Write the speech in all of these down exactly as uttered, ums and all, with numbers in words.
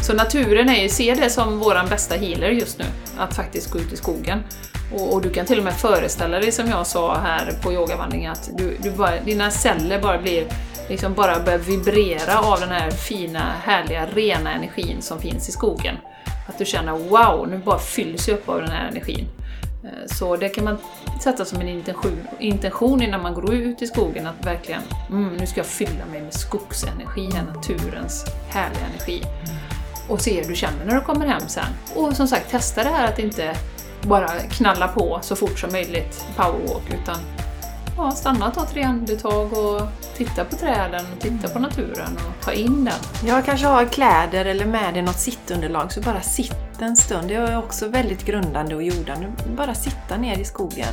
Så naturen är ju, se det som våran bästa healer just nu, att faktiskt gå ut i skogen. Och, och du kan till och med föreställa dig, som jag sa här på yogavandringen, att du, du bara, dina celler bara blir liksom bara börjar vibrera av den här fina, härliga, rena energin som finns i skogen. Att du känner, wow, nu bara fylls jag upp av den här energin. Så det kan man sätta som en intention, intention innan man går ut i skogen, att verkligen, mm, nu ska jag fylla mig med skogsenergi, naturens härliga energi. Och se hur du känner när du kommer hem sen. Och som sagt, testa det här att inte bara knalla på så fort som möjligt powerwalk, utan ja, stanna, ta tre andetag och titta på träden och titta på naturen och ta in den. Jag kanske har kläder eller med dig något sittunderlag, så bara sitta en stund. Det är också väldigt grundande och jordande. Bara sitta ner i skogen.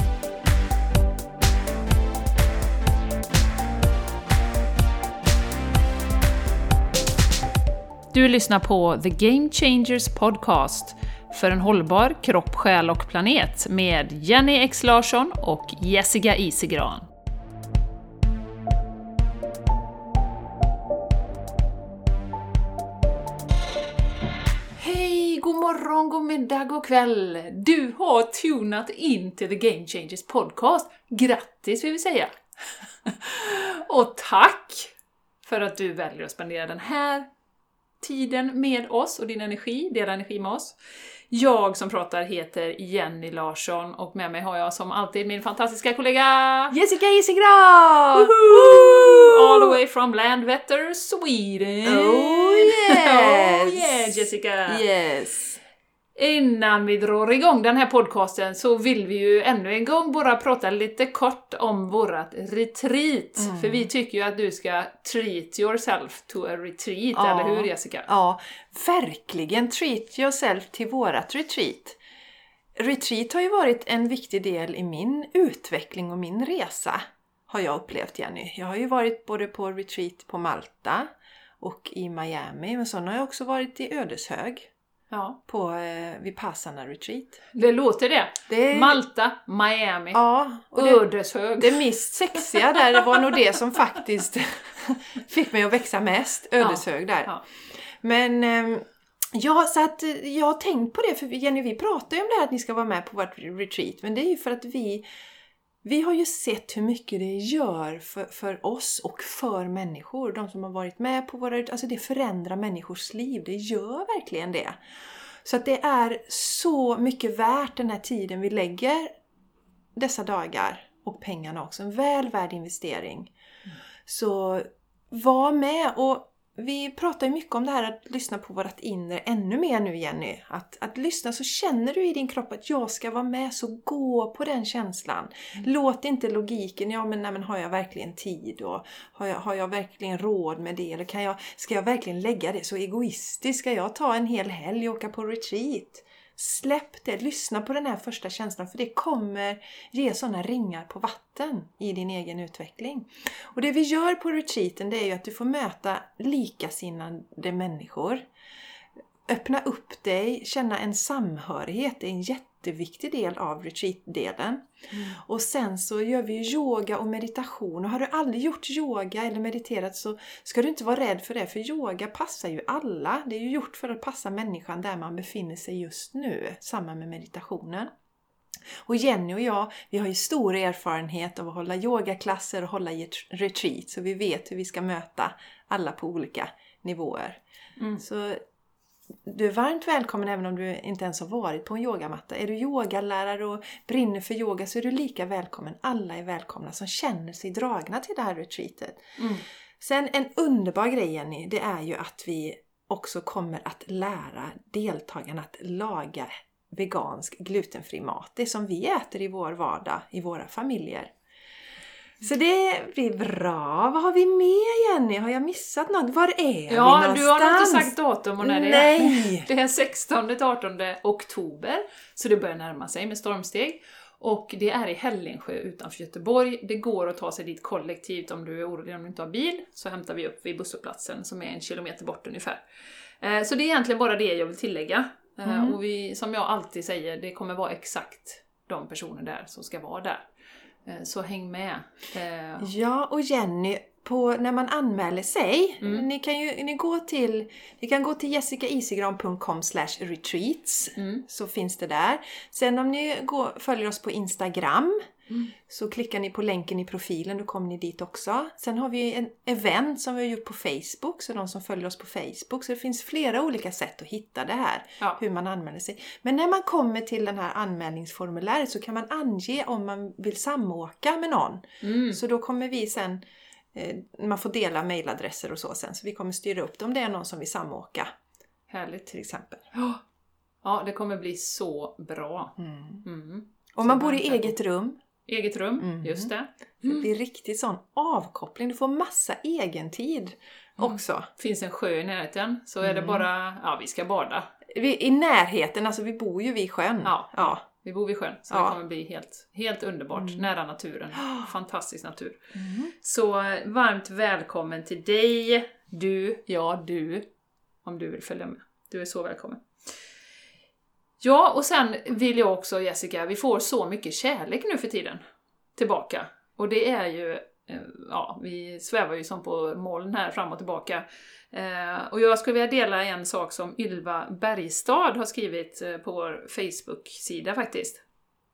Du lyssnar på The Game Changers Podcast för en hållbar kropp, själ och planet med Jenny X Larsson och Jessica Isigran. Hej, god morgon, god middag, god kväll. Du har tunat in till The Game Changers Podcast. Grattis vill vi säga. Och tack för att du väljer att spendera den här tiden med oss och din energi, dela energi med oss. Jag som pratar heter Jenny Larsson och med mig har jag som alltid min fantastiska kollega Jessica Isigran! All the way from Landvetter, Sweden! Oh yes! Oh yeah, Jessica! Yes! Innan vi drar igång den här podcasten så vill vi ju ännu en gång bara prata lite kort om vårat retreat. Mm. För vi tycker ju att du ska treat yourself to a retreat, ja. Eller hur Jessica? Ja, verkligen treat yourself till vårat retreat. Retreat har ju varit en viktig del i min utveckling och min resa, har jag upplevt, Jenny. Jag har ju varit både på retreat på Malta och i Miami, men så har jag också varit i Ödeshög. Ja. På eh, Vipassana retreat. Det låter det. det. Malta, Miami, ja, och Ödeshög. Det, det mest sexiga där, det var nog det som faktiskt fick mig att växa mest. Ödeshög där. Ja. Men eh, ja, så att jag har tänkt på det, för Jenny, vi pratar ju om det här att ni ska vara med på vårt retreat. Men det är ju för att vi Vi har ju sett hur mycket det gör för, för oss och för människor. De som har varit med på våra... Alltså det förändrar människors liv. Det gör verkligen det. Så att det är så mycket värt den här tiden vi lägger dessa dagar. Och pengarna också. En väl värd investering. Mm. Så var med. Och vi pratar ju mycket om det här att lyssna på vårt inre ännu mer nu, Jenny. Att, att lyssna, så känner du i din kropp att jag ska vara med, så gå på den känslan. Mm. Låt inte logiken, ja men, nej, men har jag verkligen tid och har jag, har jag verkligen råd med det? Eller kan jag, ska jag verkligen lägga det så egoistiskt? Ska jag ta en hel helg och åka på retreat? Släpp det, lyssna på den här första känslan, för det kommer ge sådana ringar på vatten i din egen utveckling. Och det vi gör på retreaten, det är ju att du får möta likasinnade människor. Öppna upp dig, känna en samhörighet, det är en jätteviktig del av retreat-delen. Mm. Och sen så gör vi yoga och meditation. Och har du aldrig gjort yoga eller mediterat så ska du inte vara rädd för det. För yoga passar ju alla. Det är ju gjort för att passa människan där man befinner sig just nu. Samma med meditationen. Och Jenny och jag, vi har ju stor erfarenhet av att hålla yogaklasser och hålla i ett retreat. Så vi vet hur vi ska möta alla på olika nivåer. Mm. Så du är varmt välkommen även om du inte ens har varit på en yogamatta. Är du yogalärare och brinner för yoga så är du lika välkommen. Alla är välkomna som känner sig dragna till det här retreatet. Mm. Sen en underbar grej, Jenny, det är ju att vi också kommer att lära deltagarna att laga vegansk glutenfri mat. Det som vi äter i vår vardag, i våra familjer. Så det blir bra. Vad har vi med, Jenny? Har jag missat något? Var är ja, vi någonstans? Ja, du har inte sagt datum och när det Nej. är. Det är sextonde till artonde oktober. Så det börjar närma sig med stormsteg. Och det är i Hällingsjö utanför Göteborg. Det går att ta sig dit kollektivt om du är orolig om du inte har bil. Så hämtar vi upp vid bussupplatsen som är en kilometer bort ungefär. Så det är egentligen bara det jag vill tillägga. Mm. Och vi, som jag alltid säger, det kommer vara exakt de personer där som ska vara där. Så häng med. Ja, och Jenny, på när man anmäler sig. Mm. Ni kan ju ni gå till ni kan gå till jessica isigran punkt com slash retreats Mm. så finns det där. Sen om ni går, följer oss på Instagram Mm. så klickar ni på länken i profilen, då kommer ni dit också. Sen har vi en event som vi har gjort på Facebook, så de som följer oss på Facebook, så det finns flera olika sätt att hitta det här, Ja. hur man anmäler sig. Men när man kommer till den här anmälningsformuläret så kan man ange om man vill samåka med någon. Mm. Så då kommer vi sen, eh, man får dela mejladresser och så sen, så vi kommer styra upp det om det är någon som vill samåka Härligt. till exempel. Ja, det kommer bli så bra. Mm. Mm. Om Så man bor i verkligen. eget rum, Eget rum, Mm. just det. det blir riktigt sån avkoppling. Du får massa egen tid också. Finns en sjö i närheten, så är det Mm. bara, ja vi ska bada. Vi, I närheten, alltså vi bor ju vid sjön. Ja. Ja. Vi bor vid sjön, så Ja. det kommer bli helt, helt underbart. Mm. Nära naturen. Fantastisk natur. Mm. Så varmt välkommen till dig, du, ja du, om du vill följa med. Du är så välkommen. Ja, och sen vill jag också, Jessica, vi får så mycket kärlek nu för tiden tillbaka. Och det är ju, eh, ja, vi svävar ju som på moln här fram och tillbaka. Eh, och jag skulle vilja dela en sak som Ylva Bergstad har skrivit eh, på vår Facebook-sida faktiskt.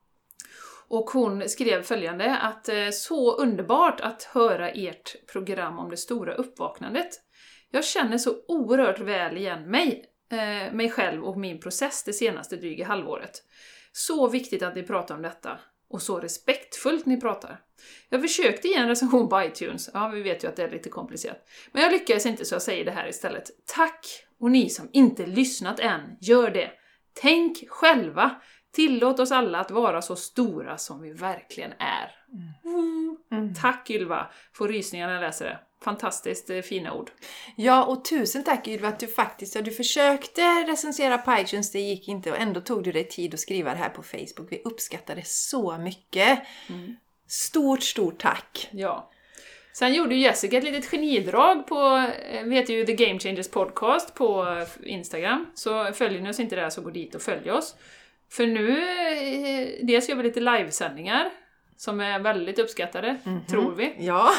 Och hon skrev följande, att eh, så underbart att höra ert program om det stora uppvaknandet. Jag känner så oerhört väl igen mig, eh, mig själv och min process det senaste dryga halvåret. Så viktigt att ni pratar om detta. Och så respektfullt ni pratar. Jag försökte ge en recension på iTunes. Ja, vi vet ju att det är lite komplicerat. Men jag lyckades inte, så jag säger det här istället. Tack! Och ni som inte lyssnat än, gör det. Tänk själva. Tillåt oss alla att vara så stora som vi verkligen är. Mm. Mm. Tack Ylva. Får rysningar när jag läser det. Fantastiskt eh, fina ord. Ja, och tusen tack Ylva att du faktiskt, ja, du försökte recensera på iTunes, det gick inte, och ändå tog du dig tid att skriva det här på Facebook. Vi uppskattar det så mycket. Mm. Stort, stort tack. Ja. Sen gjorde ju Jessica ett litet genidrag på, vi heter ju The Game Changers Podcast på Instagram. Så följer ni oss inte där så gå dit och följ oss. För nu, eh, dels gör vi lite livesändningar som är väldigt uppskattade, Mhm. tror vi. Ja.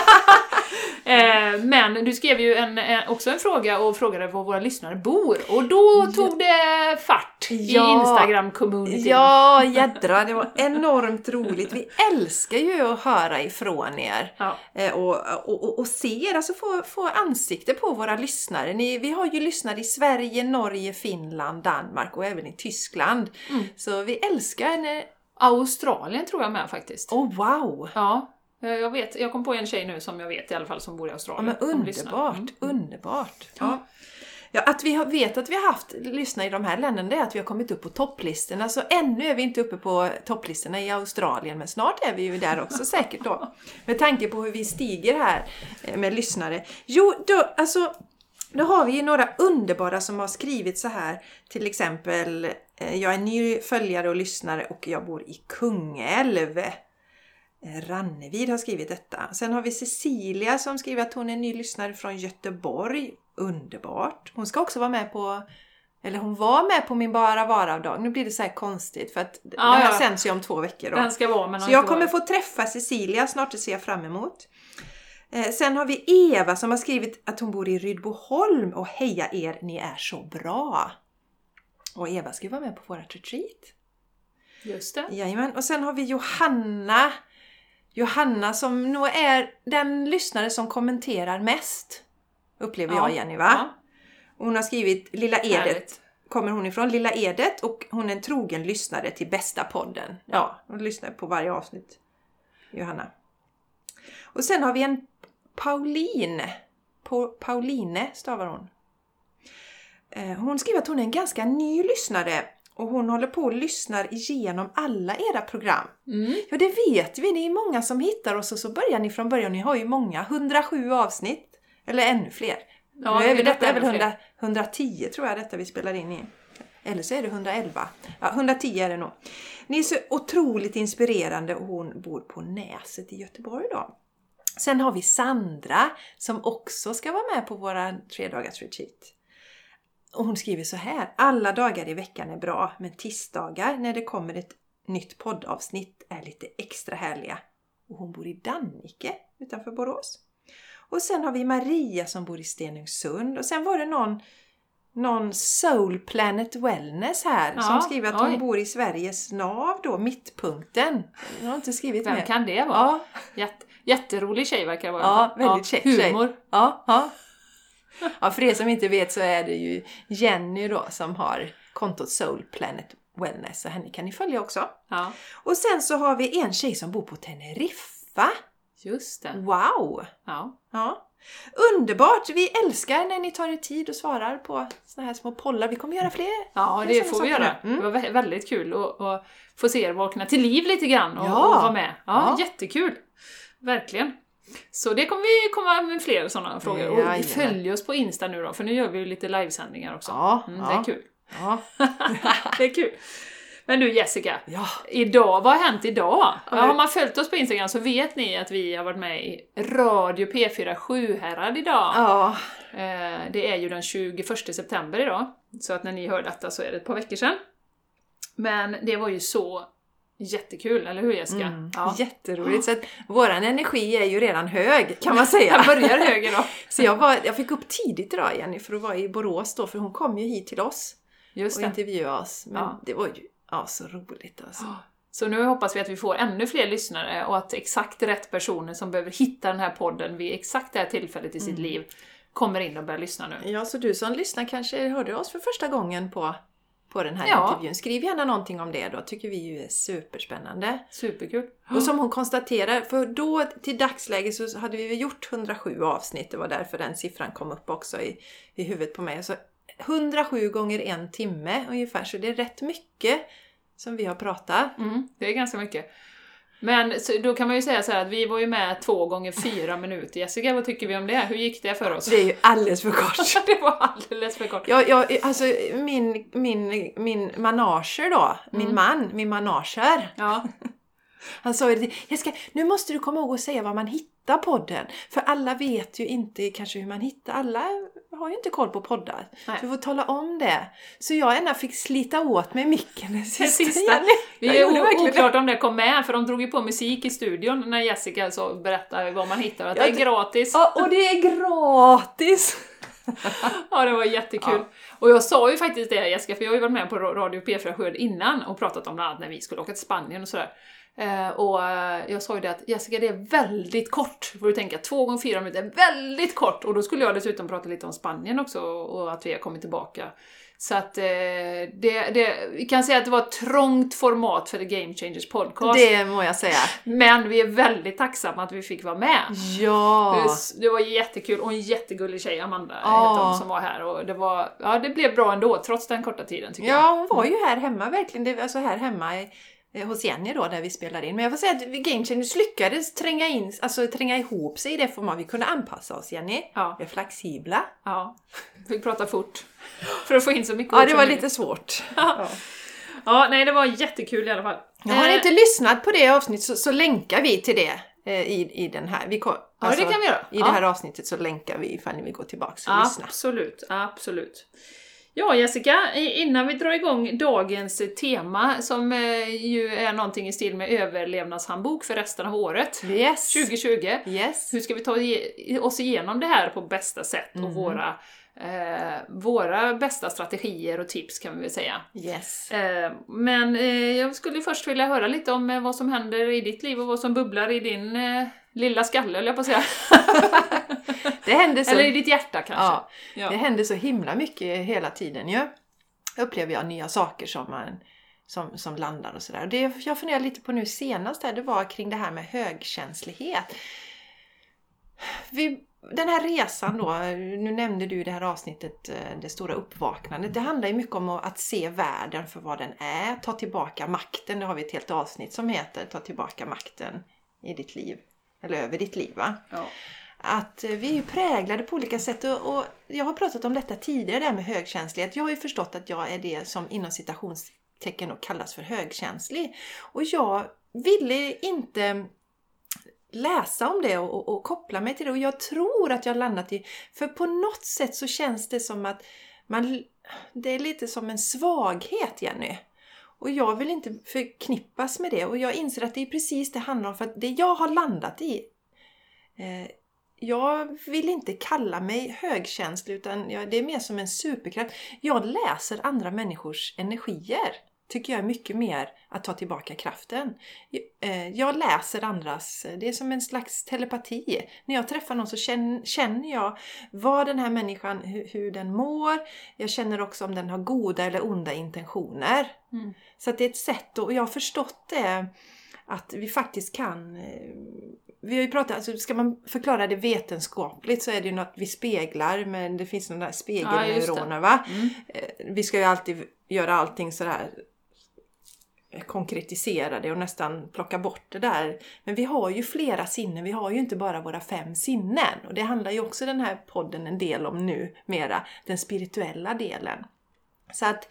Eh, men du skrev ju en, en, också en fråga och frågade var våra lyssnare bor. Och då tog det fart i Ja. Instagram-communityn. Ja, jädra, det var enormt roligt. Vi älskar ju att höra ifrån er. Ja. Eh, och, och, och, och se er, alltså få, få ansikte på våra lyssnare. Ni, vi har ju lyssnare i Sverige, Norge, Finland, Danmark och även i Tyskland. Mm. Så vi älskar när... Australien tror jag med faktiskt. Oh, wow! Ja, jag vet. Jag kom på en tjej nu som jag vet i alla fall som bor i Ja, Australien. men som lyssnar. underbart, Mm. underbart. Ja. Ja, att vi har, vet att vi har haft lyssnare i de här länderna, det är att vi har kommit upp på topplistorna. Så ännu är vi inte uppe på topplistorna i Australien, men snart är vi ju där också säkert då. Med tanke på hur vi stiger här med lyssnare. Jo, då, alltså, då har vi ju några underbara som har skrivit så här. Till exempel, jag är ny följare och lyssnare och jag bor i Kungälv. Rannevid har skrivit detta. Sen har vi Cecilia som skriver att hon är ny lyssnare från Göteborg. Underbart. Hon ska också vara med på, eller hon var med på min bara vara-dag. Nu blir det så här konstigt för att ja, det här ja. sänds ju om två veckor då. Den ska vara, men så jag kommer få träffa Cecilia snart, det ser jag fram emot. Eh, sen har vi Eva som har skrivit att hon bor i Rydboholm och heja er, ni är så bra. Och Eva ska vara med på vårat retreat. Just det. Jajamän. Och sen har vi Johanna. Johanna som nog är den lyssnare som kommenterar mest. Upplever Ja. jag, Jenny, va? Ja. Hon har skrivit Lilla Edet. Härligt. Kommer hon ifrån Lilla Edet och hon är en trogen lyssnare till bästa podden. Ja, hon lyssnar på varje avsnitt. Johanna. Och sen har vi en Pauline. Pa- Pauline stavar hon. Eh, Hon skriver att hon är en ganska ny lyssnare. Och hon håller på och lyssnar igenom alla era program. Mm. Ja, det vet vi. Det är många som hittar oss och så börjar ni från början. Ni har ju många. hundrasju avsnitt. Eller ännu fler. Ja, nu är vi, det är detta är väl ännu fler. hundra, hundratio tror jag detta vi spelar in i. Eller så är det hundraelva. Ja, hundratio är det nog. Ni är så otroligt inspirerande och hon bor på Näset i Göteborg då. Sen har vi Sandra som också ska vara med på våra tre dagars retreat. Och hon skriver så här. Alla dagar i veckan är bra, men tisdagar när det kommer ett nytt poddavsnitt är lite extra härliga. Och hon bor i Dannike utanför Borås. Och sen har vi Maria som bor i Stenungsund. Och sen var det någon, någon Soul Planet Wellness här. Ja, som skriver att oj. hon bor i Sveriges nav då, mittpunkten. Jag har inte skrivit Vem mer. Vem kan det vara? Ja. Jätte, jätterolig tjej verkar det vara. Ja, väldigt ja, tjej. Humor. Ja, ja. Ja, för er som inte vet så är det ju Jenny då som har kontot Soul Planet Wellness. Så henne kan ni följa också. Ja. Och sen så har vi en tjej som bor på Teneriffa. Just det. Wow! Ja. Ja. Underbart! Vi älskar när ni tar er tid och svarar på såna här små pollar. Vi kommer göra fler. Ja, det får vi göra. Mm. Det var väldigt kul att, att få se er vakna till liv lite grann och, ja. och vara med. Ja, ja, jättekul. Verkligen. Så det kommer vi komma med fler sådana frågor. Och ja, följ oss på Insta nu då, för nu gör vi ju lite livesändningar också. Ja, mm, ja. Det är kul. Ja. Det är kul. Men du Jessica, ja. idag, vad har hänt idag? Ja, har man följt oss på Instagram så vet ni att vi har varit med i Radio P fyra Sjuhärad idag. Ja. Det är ju den tjugoförsta september idag, så att när ni hör detta så är det ett par veckor sedan. Men det var ju så jättekul, eller hur Jessica? Mm, ja. Jätteroligt, så att våran energi är ju redan hög kan man säga. Jag börjar hög idag. Så jag, var, jag fick upp tidigt idag Jenny för att vara i Borås då, för hon kom ju hit till oss. Just och det. intervjua oss. Men ja. det var ju ja, så roligt alltså. Så nu hoppas vi att vi får ännu fler lyssnare och att exakt rätt personer som behöver hitta den här podden vid exakt det här tillfället i sitt mm. liv kommer in och börjar lyssna nu. Ja, så du som lyssnar kanske hörde oss för första gången på, på den här ja. intervjun. Skriv gärna någonting om det då, tycker vi ju är superspännande. Superkul. Och som hon konstaterar, för då till dagsläget så hade vi gjort hundrasju avsnitt, det var därför den siffran kom upp också i, i huvudet på mig. Så hundrasju gånger en timme ungefär, så det är rätt mycket som vi har pratat. Mm, det är ganska mycket. Men så, då kan man ju säga så här att vi var ju med två gånger fyra minuter. Jessica, vad tycker vi om det? Hur gick det för oss? Det är ju alldeles för kort. Det var alldeles för kort. Jag, jag, alltså min, min, min manager då, min mm. man, min manager. Ja. Han sa ju, Jessica, nu måste du komma ihåg att säga var man hittar podden. För alla vet ju inte kanske hur man hittar. Alla har ju inte koll på poddar. Nej. Så du får tala om det. Så jag ända fick slita åt med micken den sista. sista. Vi är oklart om det kom med, för de drog ju på musik i studion när Jessica så berättade vad man hittar. Att ja, det är gratis. Ja, och det är gratis! Ja, det var jättekul. Ja. Och jag sa ju faktiskt det, Jessica, för jag har ju varit med på Radio P fyra Sjuhärad innan och pratat om bland annat när vi skulle åka till Spanien och sådär. Uh, och uh, jag sa ju det att Jessica, det är väldigt kort, får du tänka, två gånger fyra minuter är väldigt kort, och då skulle jag dessutom prata lite om Spanien också och att vi har kommit tillbaka. Så att uh, det, det, vi kan säga att det var ett trångt format för The Game Changers podcast. Det må jag säga. Men vi är väldigt tacksamma att vi fick vara med. Ja. Det, det var jättekul, och en jättegullig tjej, Amanda ja. heter hon, som var här, och det var, ja, det blev bra ändå trots den korta tiden tycker ja, jag. Ja, hon var ju här hemma verkligen, det var alltså här hemma i hos Jenny då, där vi spelar in. Men jag får säga att Game Changers lyckades tränga, in, alltså, tränga ihop sig i det format. Vi kunde anpassa oss, Jenny. Ja. Vi är flexibla. Ja, fick prata fort. För att få in så mycket. Ja, det var lite svårt. Ja. Ja, nej, det var jättekul i alla fall. Jag har eh. inte lyssnat på det avsnittet så, så länkar vi till det eh, i, i den här. Vi kom, alltså, ja, det kan vi göra. I ja. det här avsnittet så länkar vi ifall ni vill gå tillbaka och ja, lyssna. Absolut, absolut. Ja, Jessica, innan vi drar igång dagens tema som ju är någonting i stil med överlevnadshandbok för resten av året, yes. tjugo tjugo. Yes. Hur ska vi ta oss igenom det här på bästa sätt mm. och våra, eh, våra bästa strategier och tips kan vi väl säga. Yes. Eh, men eh, jag skulle först vilja höra lite om vad som händer i ditt liv och vad som bubblar i din eh, lilla skalle, eller jag på att säga. Det händer så, eller i ditt hjärta kanske. Ja, ja. Det händer så himla mycket hela tiden ju. Upplever jag nya saker som, man, som, som landar och sådär. Det jag funderar lite på nu senast här, det var kring det här med högkänslighet. Vi, den här resan då, nu nämnde du i det här avsnittet det stora uppvaknandet. Det handlar ju mycket om att se världen för vad den är. Ta tillbaka makten, det har vi ett helt avsnitt som heter Ta tillbaka makten i ditt liv. Eller över ditt liv, va? Ja. Att vi är ju präglade på olika sätt, och, och jag har pratat om detta tidigare, det här med högkänslighet. Jag har ju förstått att jag är det som inom citationstecken då kallas för högkänslig. Och jag ville inte läsa om det och, och, och koppla mig till det. Och jag tror att jag landat i, för på något sätt så känns det som att man, det är lite som en svaghet, Jenny. Och jag vill inte förknippas med det. Och jag inser att det är precis det handlar om, för att det jag har landat i eh, jag vill inte kalla mig högkänslig, utan jag, det är mer som en superkraft. Jag läser andra människors energier. Tycker jag är mycket mer att ta tillbaka kraften. Jag läser andras, det är som en slags telepati. När jag träffar någon så känner jag vad den här människan, hur den mår. Jag känner också om den har goda eller onda intentioner. Mm. Så att det är ett sätt, och jag har förstått det, att vi faktiskt kan... Vi har ju pratat, alltså ska man förklara det vetenskapligt så är det ju något vi speglar, men det finns några där spegelneuroner, ja, va? Mm. Vi ska ju alltid göra allting sådär, konkretisera det och nästan plocka bort det där. Men vi har ju flera sinnen, vi har ju inte bara våra fem sinnen. Och det handlar ju också den här podden en del om nu, mera den spirituella delen. Så att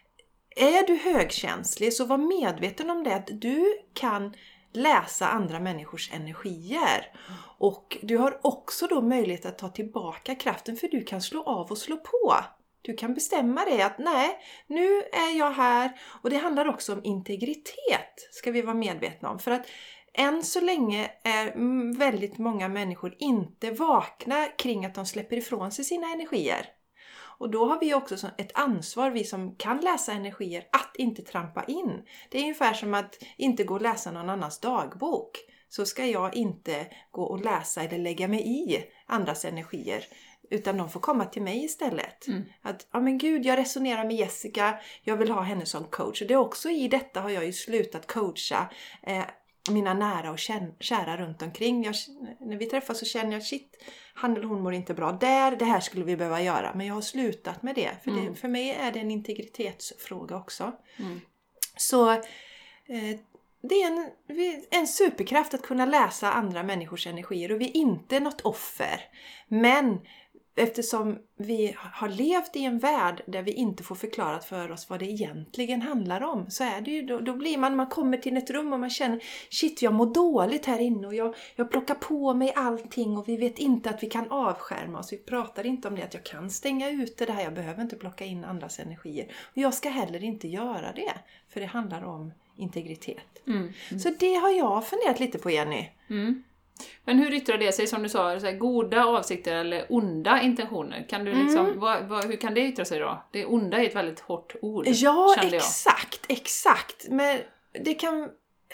är du högkänslig, så var medveten om det, att du kan läsa andra människors energier. Och du har också då möjlighet att ta tillbaka kraften, för du kan slå av och slå på. Du kan bestämma dig att nej, nu är jag här. Och det handlar också om integritet, ska vi vara medvetna om. För att än så länge är väldigt många människor inte vakna kring att de släpper ifrån sig sina energier. Och då har vi också ett ansvar, vi som kan läsa energier, att inte trampa in. Det är ungefär som att inte gå och läsa någon annans dagbok. Så ska jag inte gå och läsa eller lägga mig i andras energier. Utan de får komma till mig istället. Mm. Att, ja men gud, jag resonerar med Jessica. Jag vill ha henne som coach. Och det är också i detta har jag ju slutat coacha eh, mina nära och kära runt omkring. Jag, när vi träffas så känner jag, shit, han eller hon mår inte bra där. Det här skulle vi behöva göra. Men jag har slutat med det. För, mm. det, för mig är det en integritetsfråga också. Mm. Så eh, det är en, en superkraft att kunna läsa andra människors energier. Och vi är inte något offer. Men eftersom vi har levt i en värld där vi inte får förklarat för oss vad det egentligen handlar om, så är det ju, då, då blir man, man kommer till ett rum och man känner, shit, jag mår dåligt här inne och jag, jag plockar på mig allting och vi vet inte att vi kan avskärma oss. Vi pratar inte om det, att jag kan stänga ute det här, jag behöver inte plocka in andras energier. Och jag ska heller inte göra det, för det handlar om integritet. Mm. Mm. Så det har jag funderat lite på, Jenny. Mm. Men hur yttrar det sig, som du sa, så här, goda avsikter eller onda intentioner? Kan du liksom, mm. vad, vad, hur kan det yttra sig då? Det onda är ett väldigt hårt ord. Ja, exakt, exakt. Men det kan...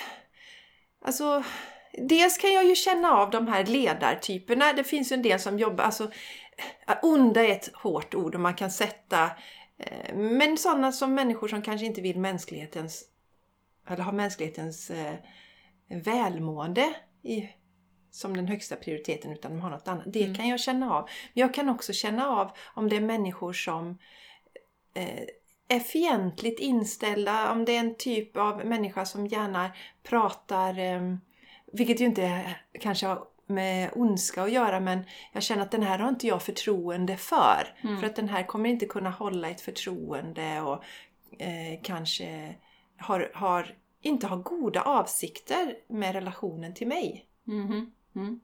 Alltså, dels kan jag ju känna av de här ledartyperna. Det finns ju en del som jobbar... Alltså, onda är ett hårt ord och man kan sätta... Men sådana som människor som kanske inte vill mänsklighetens... Eller har mänsklighetens eh, välmående i... som den högsta prioriteten, utan de har något annat. Det mm. kan jag känna av. Men jag kan också känna av om det är människor som eh, är fientligt inställda. Om det är en typ av människa som gärna pratar, eh, vilket ju inte kanske har med ondska att göra, men jag känner att den här har inte jag förtroende för. Mm. För att den här kommer inte kunna hålla ett förtroende och eh, kanske har, har, inte har goda avsikter med relationen till mig. Mm. Mm.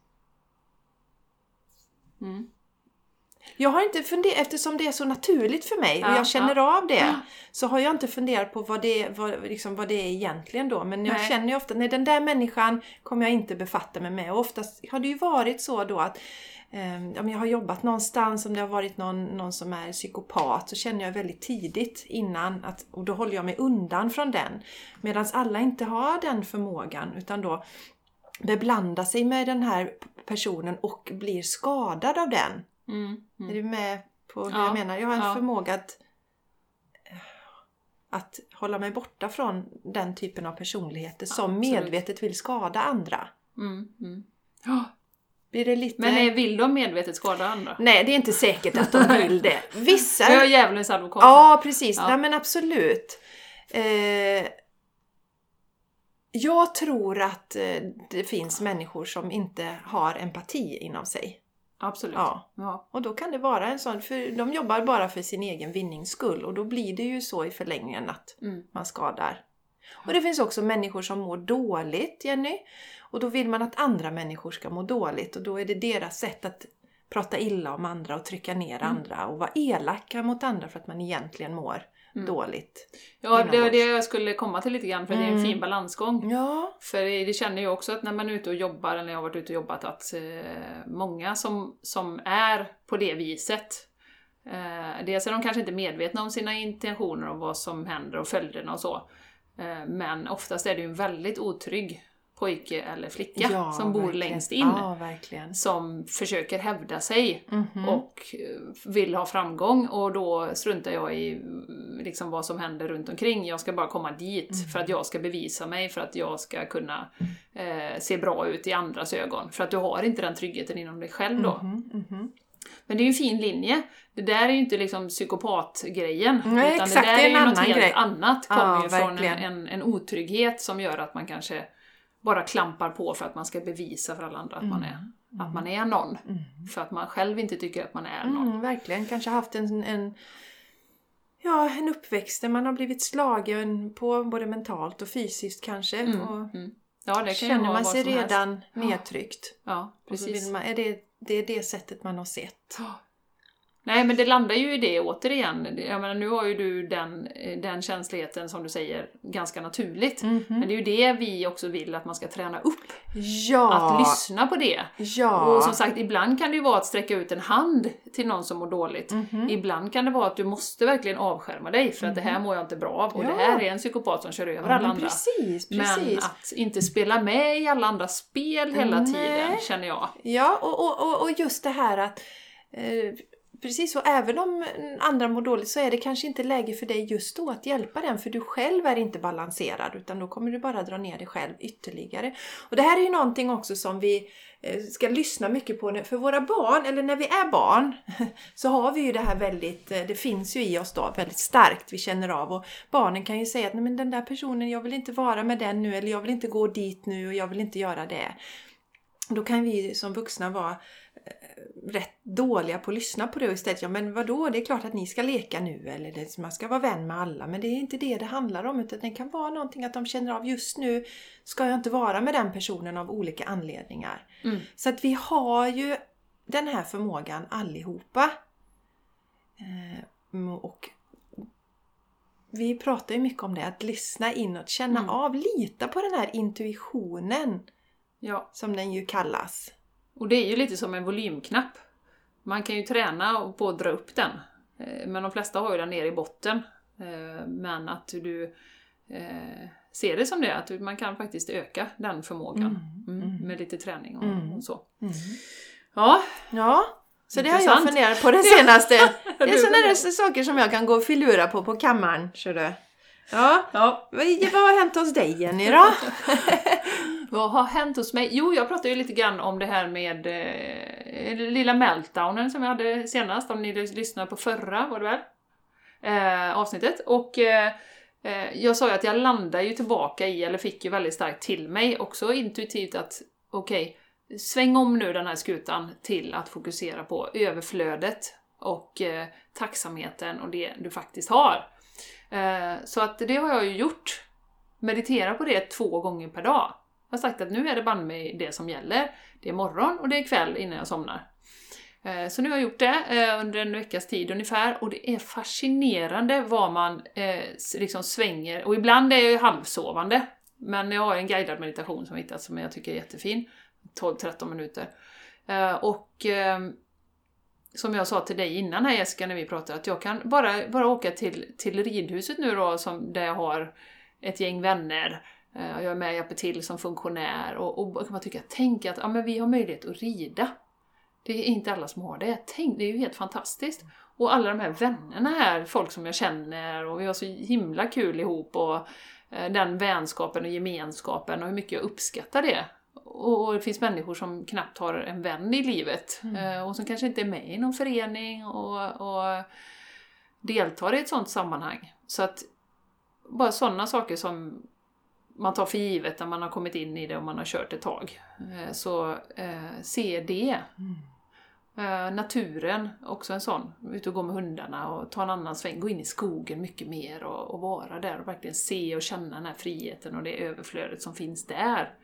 Mm. Jag har inte funderat, eftersom det är så naturligt för mig, ja, och jag känner ja. av det, ja. så har jag inte funderat på vad det, vad, liksom, vad det är egentligen då. Men jag nej. känner ju ofta, nej, den där människan kommer jag inte befatta mig med. Och oftast har det ju varit så då att eh, om jag har jobbat någonstans, om det har varit någon, någon som är psykopat, så känner jag väldigt tidigt innan, att, och då håller jag mig undan från den. Medan alla inte har den förmågan, utan då beblanda sig med den här personen och blir skadad av den. Mm, mm. Är du med på hur ja, jag menar? Jag har en ja. förmåga att, att hålla mig borta från den typen av personligheter som Absolut. medvetet vill skada andra. Mm, mm. Oh. Blir det lite... Men är, vill de medvetet skada andra? Nej, det är inte säkert att de vill det. Vissa... Jag är djävulens advokat. Ja, precis. Ja. Nej, men absolut. Eh... Jag tror att det finns människor som inte har empati inom sig. Absolut. Ja. ja. Och då kan det vara en sån, för de jobbar bara för sin egen vinnings skull. Och då blir det ju så i förlängningen att mm. man skadar. Och det finns också människor som mår dåligt, Jenny. Och då vill man att andra människor ska må dåligt. Och då är det deras sätt att prata illa om andra och trycka ner mm. andra. Och vara elaka mot andra för att man egentligen mår mm. dåligt. Ja, det var det jag skulle komma till lite grann, för mm. det är en fin balansgång. Ja. För det, det känner jag också att när man är ute och jobbar, eller när jag har varit ute och jobbat, att eh, många som, som är på det viset, eh, dels är de kanske inte medvetna om sina intentioner och vad som händer och följderna och så. Eh, men oftast är det ju en väldigt otrygg pojke eller flicka ja, som bor verkligen. längst in. Ja, verkligen. Som försöker hävda sig mm-hmm. och vill ha framgång, och då struntar jag i liksom vad som händer runt omkring. Jag ska bara komma dit mm. för att jag ska bevisa mig, för att jag ska kunna eh, se bra ut i andras ögon. För att du har inte den tryggheten inom dig själv då. Mm-hmm. Mm-hmm. Men det är ju en fin linje. Det där är ju inte liksom psykopatgrejen. Nej, utan exakt, det där är, är ju en något helt grej. annat. Kommer ja, ju från en, en, en otrygghet som gör att man kanske bara klampar på för att man ska bevisa för alla andra att, mm. man, är, mm. att man är någon. Mm. För att man själv inte tycker att man är någon. Mm, verkligen. Kanske haft en, en, ja, en uppväxt där man har blivit slagen på både mentalt och fysiskt kanske. Mm. Och mm. Ja, det kan känner ju man sig redan helst. nedtryckt. Ja, precis. Man, är det, det är det sättet man har sett. Nej, men det landar ju i det återigen. Jag menar, nu har ju du den, den känsligheten som du säger ganska naturligt. Mm-hmm. Men det är ju det vi också vill att man ska träna upp. Ja. Att lyssna på det. Ja. Och som sagt, ibland kan det ju vara att sträcka ut en hand till någon som mår dåligt. Mm-hmm. Ibland kan det vara att du måste verkligen avskärma dig för att mm-hmm. det här mår jag inte bra av. Och ja. det här är en psykopat som kör över ja, alla andra. Precis, precis. Men att inte spela med i alla andra spel hela Nej. tiden, känner jag. Ja, och, och, och just det här att... Eh, Precis, och även om andra mår dåligt så är det kanske inte läge för dig just då att hjälpa den, för du själv är inte balanserad, utan då kommer du bara dra ner dig själv ytterligare. Och det här är ju någonting också som vi ska lyssna mycket på för våra barn, eller när vi är barn så har vi ju det här väldigt, det finns ju i oss då väldigt starkt, vi känner av, och barnen kan ju säga att nej, men den där personen, jag vill inte vara med den nu, eller jag vill inte gå dit nu och jag vill inte göra det. Då kan vi som vuxna vara rätt dåliga på att lyssna på det och istället, ja men vadå, det är klart att ni ska leka nu, eller det, man ska vara vän med alla, men det är inte det det handlar om, utan det kan vara någonting att de känner av, just nu ska jag inte vara med den personen av olika anledningar. Mm. Så att vi har ju den här förmågan allihopa. Eh, och vi pratar ju mycket om det, att lyssna inåt, känna mm. av, lita på den här intuitionen. Ja. Som den ju kallas. Och det är ju lite som en volymknapp. Man kan ju träna på att dra upp den. Men de flesta har ju den ner i botten. Men att du ser det som det, att man kan faktiskt öka den förmågan. Mm. Mm. Med lite träning och, mm. och så. Mm. Ja. Ja. Så det har jag funderat på det senaste. Det är sådana där saker som jag kan gå och filura på på kammaren. Så det. Ja. Ja. Vad har hänt hos dig, Jenny då? Vad har hänt hos mig? Jo, jag pratade ju lite grann om det här med eh, lilla meltdownen som jag hade senast. Om ni lyssnade på förra, var det väl? Eh, avsnittet. Och eh, jag sa ju att jag landade ju tillbaka i, eller fick ju väldigt starkt till mig också intuitivt att okej, okay, sväng om nu den här skutan till att fokusera på överflödet och eh, tacksamheten och det du faktiskt har. Eh, så att det har jag ju gjort. Meditera på det två gånger per dag. Jag har sagt att nu är det banne mig det som gäller. Det är morgon och det är kväll innan jag somnar. Så nu har jag gjort det under en veckas tid ungefär. Och det är fascinerande vad man liksom svänger. Och ibland är jag ju halvsovande. Men jag har en guidad meditation som jag hittat som jag tycker är jättefin. tolv till tretton minuter. Och som jag sa till dig innan här, Jessica, när vi pratade, att jag kan bara, bara åka till, till ridhuset nu då, som, där jag har ett gäng vänner. Jag är med och hjälper till som funktionär och, och man tycker, tänk att ja, men vi har möjlighet att rida. Det är inte alla som har det. Tänk, det är ju helt fantastiskt. Och alla de här vännerna här, folk som jag känner, och vi har så himla kul ihop, och eh, den vänskapen och gemenskapen och hur mycket jag uppskattar det. Och, och det finns människor som knappt har en vän i livet mm. eh, och som kanske inte är med i någon förening och, och deltar i ett sånt sammanhang. Så att bara sådana saker som man tar för givet när man har kommit in i det och man har kört ett tag. Så eh, se det. Mm. Eh, naturen, också en sån. Ut och gå med hundarna och ta en annan sväng. Gå in i skogen mycket mer och, och vara där och verkligen se och känna den här friheten och det överflödet som finns där.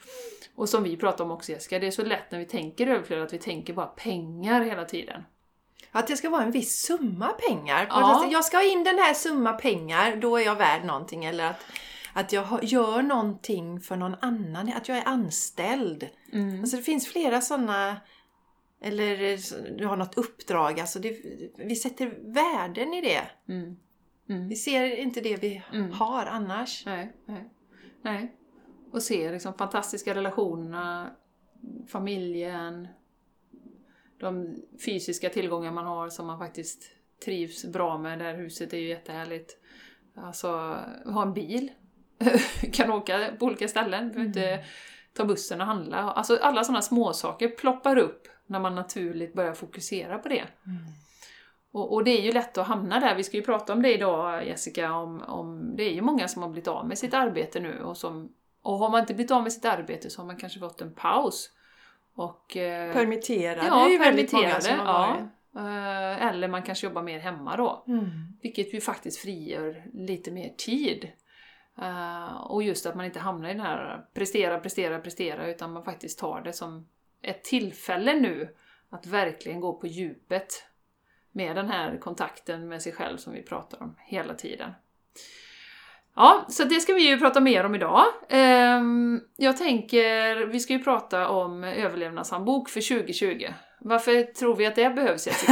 Och som vi pratar om också, Jessica, det är så lätt när vi tänker överflöd att vi tänker bara pengar hela tiden. Att det ska vara en viss summa pengar. Ja. Jag ska ha in den här summa pengar, då är jag värd någonting. Eller att, att jag gör någonting för någon annan. Att jag är anställd. Mm. Alltså det finns flera sådana... Eller du har något uppdrag. Alltså det, vi sätter värden i det. Mm. Mm. Vi ser inte det vi mm. har annars. Nej, nej, nej. Och ser liksom fantastiska relationer, familjen, de fysiska tillgångar man har som man faktiskt trivs bra med. Det här huset är ju jättehärligt. Alltså, ha en bil. Kan åka på olika ställen. Behöver inte mm. ta bussen och handla. Alltså alla sådana små saker ploppar upp när man naturligt börjar fokusera på det. Mm. Och, och det är ju lätt att hamna där. Vi ska ju prata om det idag, Jessica. Om, om, det är ju många som har blivit av med sitt arbete nu. Och, som, och har man inte blivit av med sitt arbete så har man kanske fått en paus. Och, eh, permitterade. Ja, det är ju väldigt permitterade, många som har varit. Ja. Eh, eller man kanske jobbar mer hemma då. Mm. Vilket ju faktiskt frigör lite mer tid. Uh, och just att man inte hamnar i den här prestera, prestera, prestera. Utan man faktiskt tar det som ett tillfälle nu att verkligen gå på djupet med den här kontakten med sig själv som vi pratar om hela tiden. Ja, så det ska vi ju prata mer om idag. Um, jag tänker, vi ska ju prata om överlevnadshandbok för tjugo tjugo. Varför tror vi att det behövs, Jessica?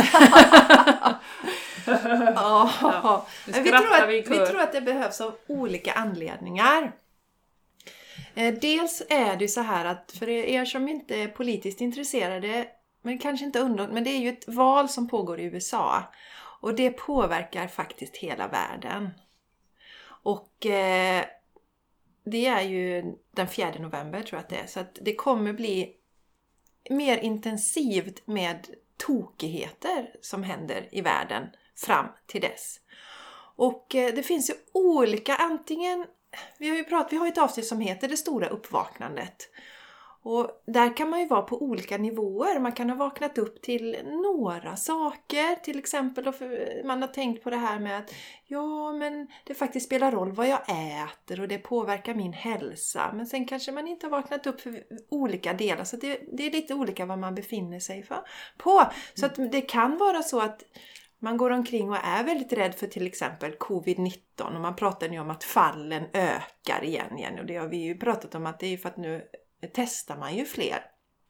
ja, ja, vi, tror att, vi tror att det behövs av olika anledningar. Eh, dels är det så här att för er som inte är politiskt intresserade, men kanske inte undrar, men det är ju ett val som pågår i U S A. Och det påverkar faktiskt hela världen. Och eh, det är ju den fjärde november tror jag att det är. Så att det kommer bli mer intensivt med tokigheter som händer i världen fram till dess. Och eh, det finns ju olika, antingen, vi har ju pratat, vi har ett avsnitt som heter Det stora uppvaknandet. Och där kan man ju vara på olika nivåer. Man kan ha vaknat upp till några saker. Till exempel då man har tänkt på det här med att ja, men det faktiskt spelar roll vad jag äter och det påverkar min hälsa. Men sen kanske man inte har vaknat upp för olika delar. Så det, det är lite olika vad man befinner sig för, på. Så att det kan vara så att man går omkring och är väldigt rädd för till exempel covid nitton. Och man pratar nu om att fallen ökar igen igen. Och det har vi ju pratat om att det är för att nu testar man ju fler.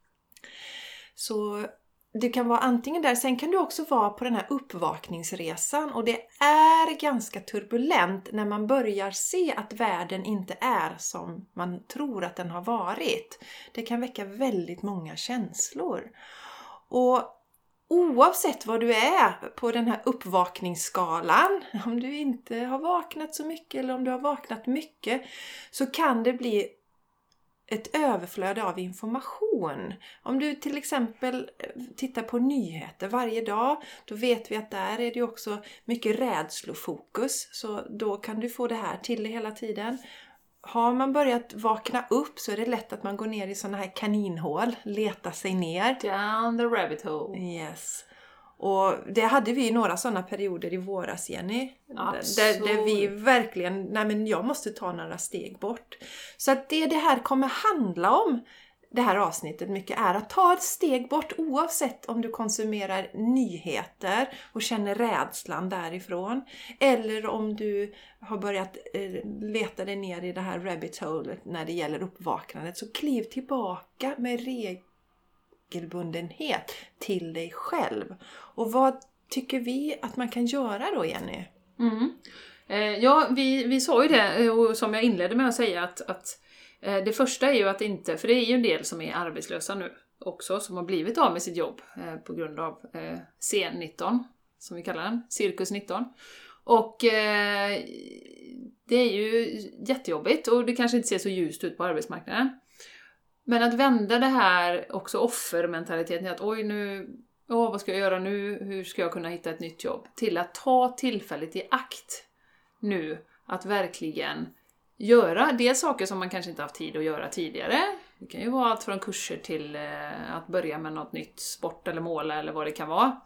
Så det kan vara antingen där. Sen kan du också vara på den här uppvakningsresan. Och det är ganska turbulent när man börjar se att världen inte är som man tror att den har varit. Det kan väcka väldigt många känslor. Och oavsett vad du är på den här uppvakningsskalan, om du inte har vaknat så mycket eller om du har vaknat mycket, så kan det bli ett överflöd av information. Om du till exempel tittar på nyheter varje dag, då vet vi att där är det också mycket rädslofokus. Så då kan du få det här till det hela tiden. Har man börjat vakna upp så är det lätt att man går ner i såna här kaninhål, letar sig ner. Down the rabbit hole. Yes. Och det hade vi några sådana perioder i våras, Jenny. Där, där vi verkligen, nej men jag måste ta några steg bort. Så att det det här kommer handla om, det här avsnittet mycket, är att ta ett steg bort oavsett om du konsumerar nyheter och känner rädslan därifrån. Eller om du har börjat eh, leta dig ner i det här rabbit hole när det gäller uppvaknandet. Så kliv tillbaka med regler. regelbundenhet till dig själv. Och vad tycker vi att man kan göra då, Jenny? Mm. Eh, ja, vi, vi sa ju det, och som jag inledde med att säga att, att eh, det första är ju att inte, för det är ju en del som är arbetslösa nu också, som har blivit av med sitt jobb eh, på grund av eh, C nitton, som vi kallar den, cirkus nitton. Och eh, det är ju jättejobbigt och det kanske inte ser så ljust ut på arbetsmarknaden. Men att vända det här också offermentaliteten, att oj nu, åh, vad ska jag göra nu, hur ska jag kunna hitta ett nytt jobb? Till att ta tillfället i akt nu, att verkligen göra det saker som man kanske inte haft tid att göra tidigare. Det kan ju vara allt från kurser till eh, att börja med något nytt, sport eller måla eller vad det kan vara.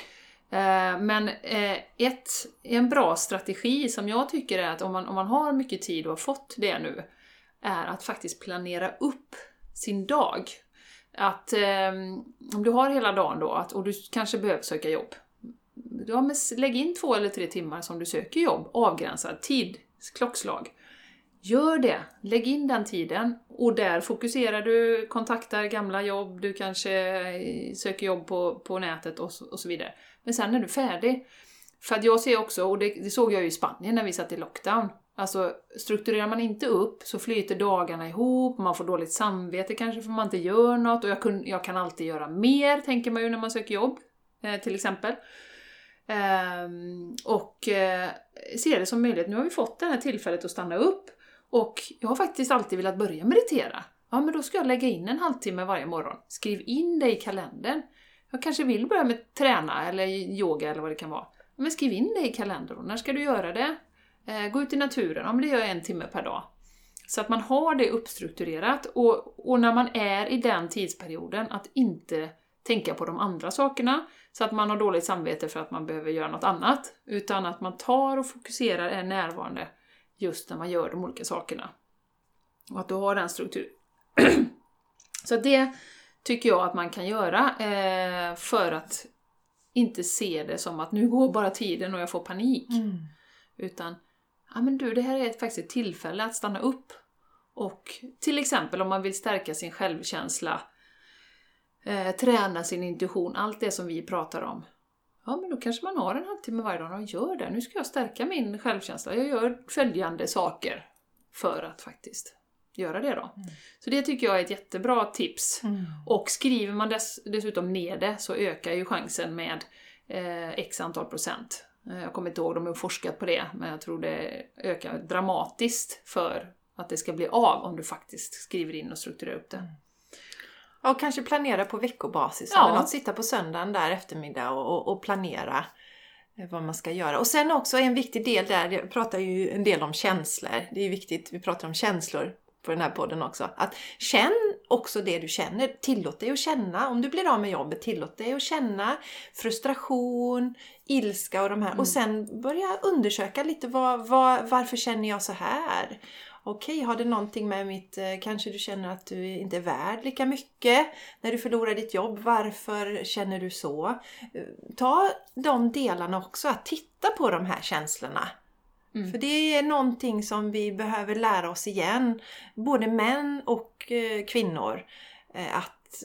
Eh, men eh, ett, en bra strategi som jag tycker är att om man, om man har mycket tid och har fått det nu, är att faktiskt planera upp sin dag. att eh, om du har hela dagen då att, och du kanske behöver söka jobb. Ja, men lägg in två eller tre timmar som du söker jobb. Avgränsad tid, klockslag. Gör det. Lägg in den tiden. Och där fokuserar du, kontaktar gamla jobb. Du kanske söker jobb på, på nätet och så, och så vidare. Men sen är du färdig. För att jag ser också, och det, det såg jag ju i Spanien när vi satt i lockdown. Alltså strukturerar man inte upp så flyter dagarna ihop. Man får dåligt samvete kanske för man inte gör något. Och jag, kun, jag kan alltid göra mer, tänker man ju när man söker jobb. Eh, till exempel. Um, och uh, ser det som möjligt. Nu har vi fått det här tillfället att stanna upp. Och jag har faktiskt alltid velat börja meditera. Ja, men då ska jag lägga in en halvtimme varje morgon. Skriv in det i kalendern. Jag kanske vill börja med träna eller yoga eller vad det kan vara. Men skriv in det i kalendern. Och när ska du göra det? Uh, gå ut i naturen. Ja, men det gör jag en timme per dag. Så att man har det uppstrukturerat. Och, och när man är i den tidsperioden att inte tänka på de andra sakerna. Så att man har dåligt samvete för att man behöver göra något annat. Utan att man tar och fokuserar, är närvarande just när man gör de olika sakerna. Och att du har den struktur. Så det tycker jag att man kan göra. Eh, för att inte se det som att nu går bara tiden och jag får panik. Mm. Utan, ja men du, det här är ett, faktiskt ett tillfälle att stanna upp. Och till exempel om man vill stärka sin självkänsla. Eh, träna sin intuition, allt det som vi pratar om. Ja, men då kanske man har en halvtimme varje dag och gör det. Nu ska jag stärka min självkänsla. Jag gör följande saker för att faktiskt göra det då. Mm. Så det tycker jag är ett jättebra tips. Mm. Och skriver man dess, dessutom ner det så ökar ju chansen med eh, x antal procent. Eh, jag kommer inte ihåg om de har forskat på det, men jag tror det ökar dramatiskt för att det ska bli av om du faktiskt skriver in och strukturerar upp det. Mm. Och kanske planera på veckobasis. Ja. Eller något, sitta på söndagen där eftermiddag och, och, och planera vad man ska göra. Och sen också en viktig del där, jag pratar ju en del om känslor. Det är ju viktigt, vi pratar om känslor på den här podden också. Att känn också det du känner. Tillåt dig att känna. Om du blir av med jobbet, tillåt dig att känna frustration, ilska och de här. Mm. Och sen börja undersöka lite vad, vad, varför känner jag så här? Okej, har det någonting med mitt, kanske du känner att du inte är värd lika mycket när du förlorar ditt jobb. Varför känner du så? Ta de delarna också, att titta på de här känslorna. Mm. För det är någonting som vi behöver lära oss igen, både män och eh, kvinnor. Eh, att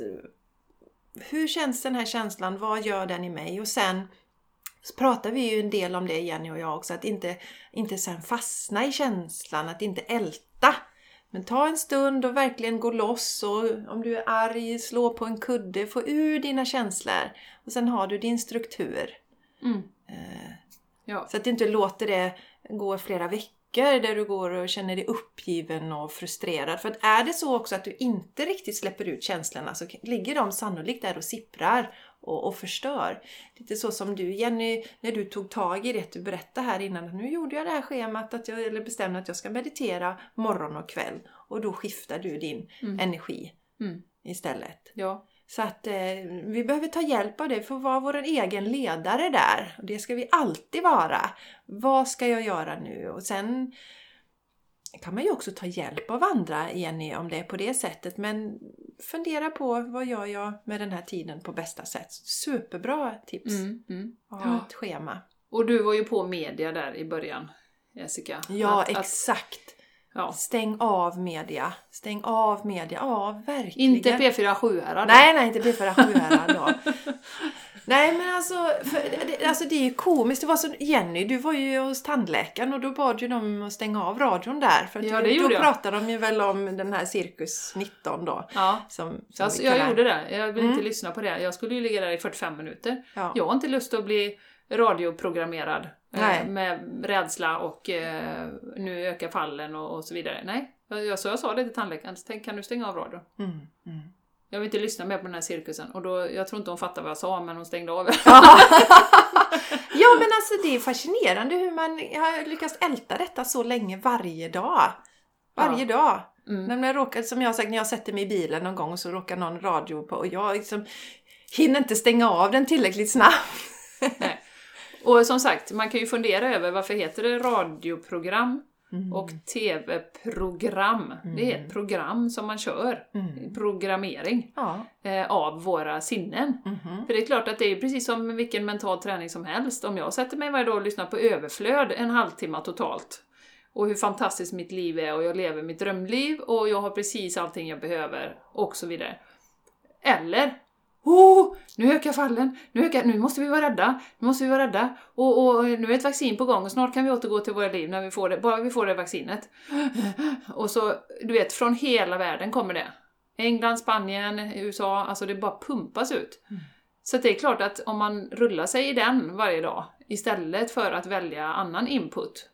hur känns den här känslan? Vad gör den i mig? Och sen så pratar vi ju en del om det, Jenny och jag också, att inte, inte sen fastna i känslan, att inte älta. Men ta en stund och verkligen gå loss, och om du är arg, slå på en kudde, få ur dina känslor. Och sen har du din struktur. Mm. Eh, ja. Så att du inte låter det gå flera veckor där du går och känner dig uppgiven och frustrerad. För att är det så också att du inte riktigt släpper ut känslorna, så ligger de sannolikt där och sipprar och, och förstör. Lite så som du, Jenny, när du tog tag i det du berättade här innan. Nu gjorde jag det här schemat, att jag, eller bestämde att jag ska meditera morgon och kväll. Och då skiftar du din mm. energi mm. istället. Ja. Så att eh, vi behöver ta hjälp av det för att vara vår egen ledare där. Och det ska vi alltid vara. Vad ska jag göra nu? Och sen kan man ju också ta hjälp av andra, Jenny, om det är på det sättet. Men fundera på, vad gör jag med den här tiden på bästa sätt? Superbra tips. Mm, mm. Ja, ja. Ett schema. Och du var ju på media där i början, Jessica. Ja, att, exakt. Att... Ja. Stäng av media. Stäng av media. Ja, verkligen. Inte P fyra sju här då. Nej, nej, inte P fyra sju här då. Nej, men alltså, för, det, alltså det är ju komiskt. Det var så, Jenny, du var ju hos tandläkaren och då bad ju de att stänga av radion där. För att ja, det då gjorde jag. pratade de ju väl om den här Cirkus nitton då. Ja, som, som alltså, jag gjorde det. Jag vill mm. inte lyssna på det. Jag skulle ju ligga där i fyrtiofem minuter. Ja. Jag har inte lust att bli radioprogrammerad. Eh, med rädsla och eh, nu ökar fallen och, och så vidare. Nej, jag, så jag sa det till tandläkaren. Tänk, kan du stänga av radion? Mm, mm. Jag vill inte lyssna mer på den här cirkusen. Och då, jag tror inte hon fattar vad jag sa, men hon stängde av. Ja, men alltså det är fascinerande hur man har lyckats älta detta så länge varje dag. Varje ja. dag. Mm. När jag råkar, som jag har sagt, när jag sätter mig i bilen någon gång och så råkar någon radio på. Och jag liksom hinner inte stänga av den tillräckligt snabbt. Nej. Och som sagt, man kan ju fundera över varför heter det radioprogram Mm. Och tv-program, mm. det är ett program som man kör, mm. programmering ja. eh, av våra sinnen. Mm. För det är klart att det är precis som vilken mental träning som helst. Om jag sätter mig varje dag och lyssnar på överflöd en halvtimme totalt, och hur fantastiskt mitt liv är och jag lever mitt drömliv och jag har precis allting jag behöver och så vidare. Eller oh, nu ökar fallen, nu, ökar, nu måste vi vara rädda, nu måste vi vara rädda och, och nu är ett vaccin på gång och snart kan vi återgå till våra liv när vi får det, bara vi får det vaccinet. Och så, du vet, från hela världen kommer det. England, Spanien, U S A, alltså det bara pumpas ut. Mm. Så det är klart att om man rullar sig i den varje dag istället för att välja annan input,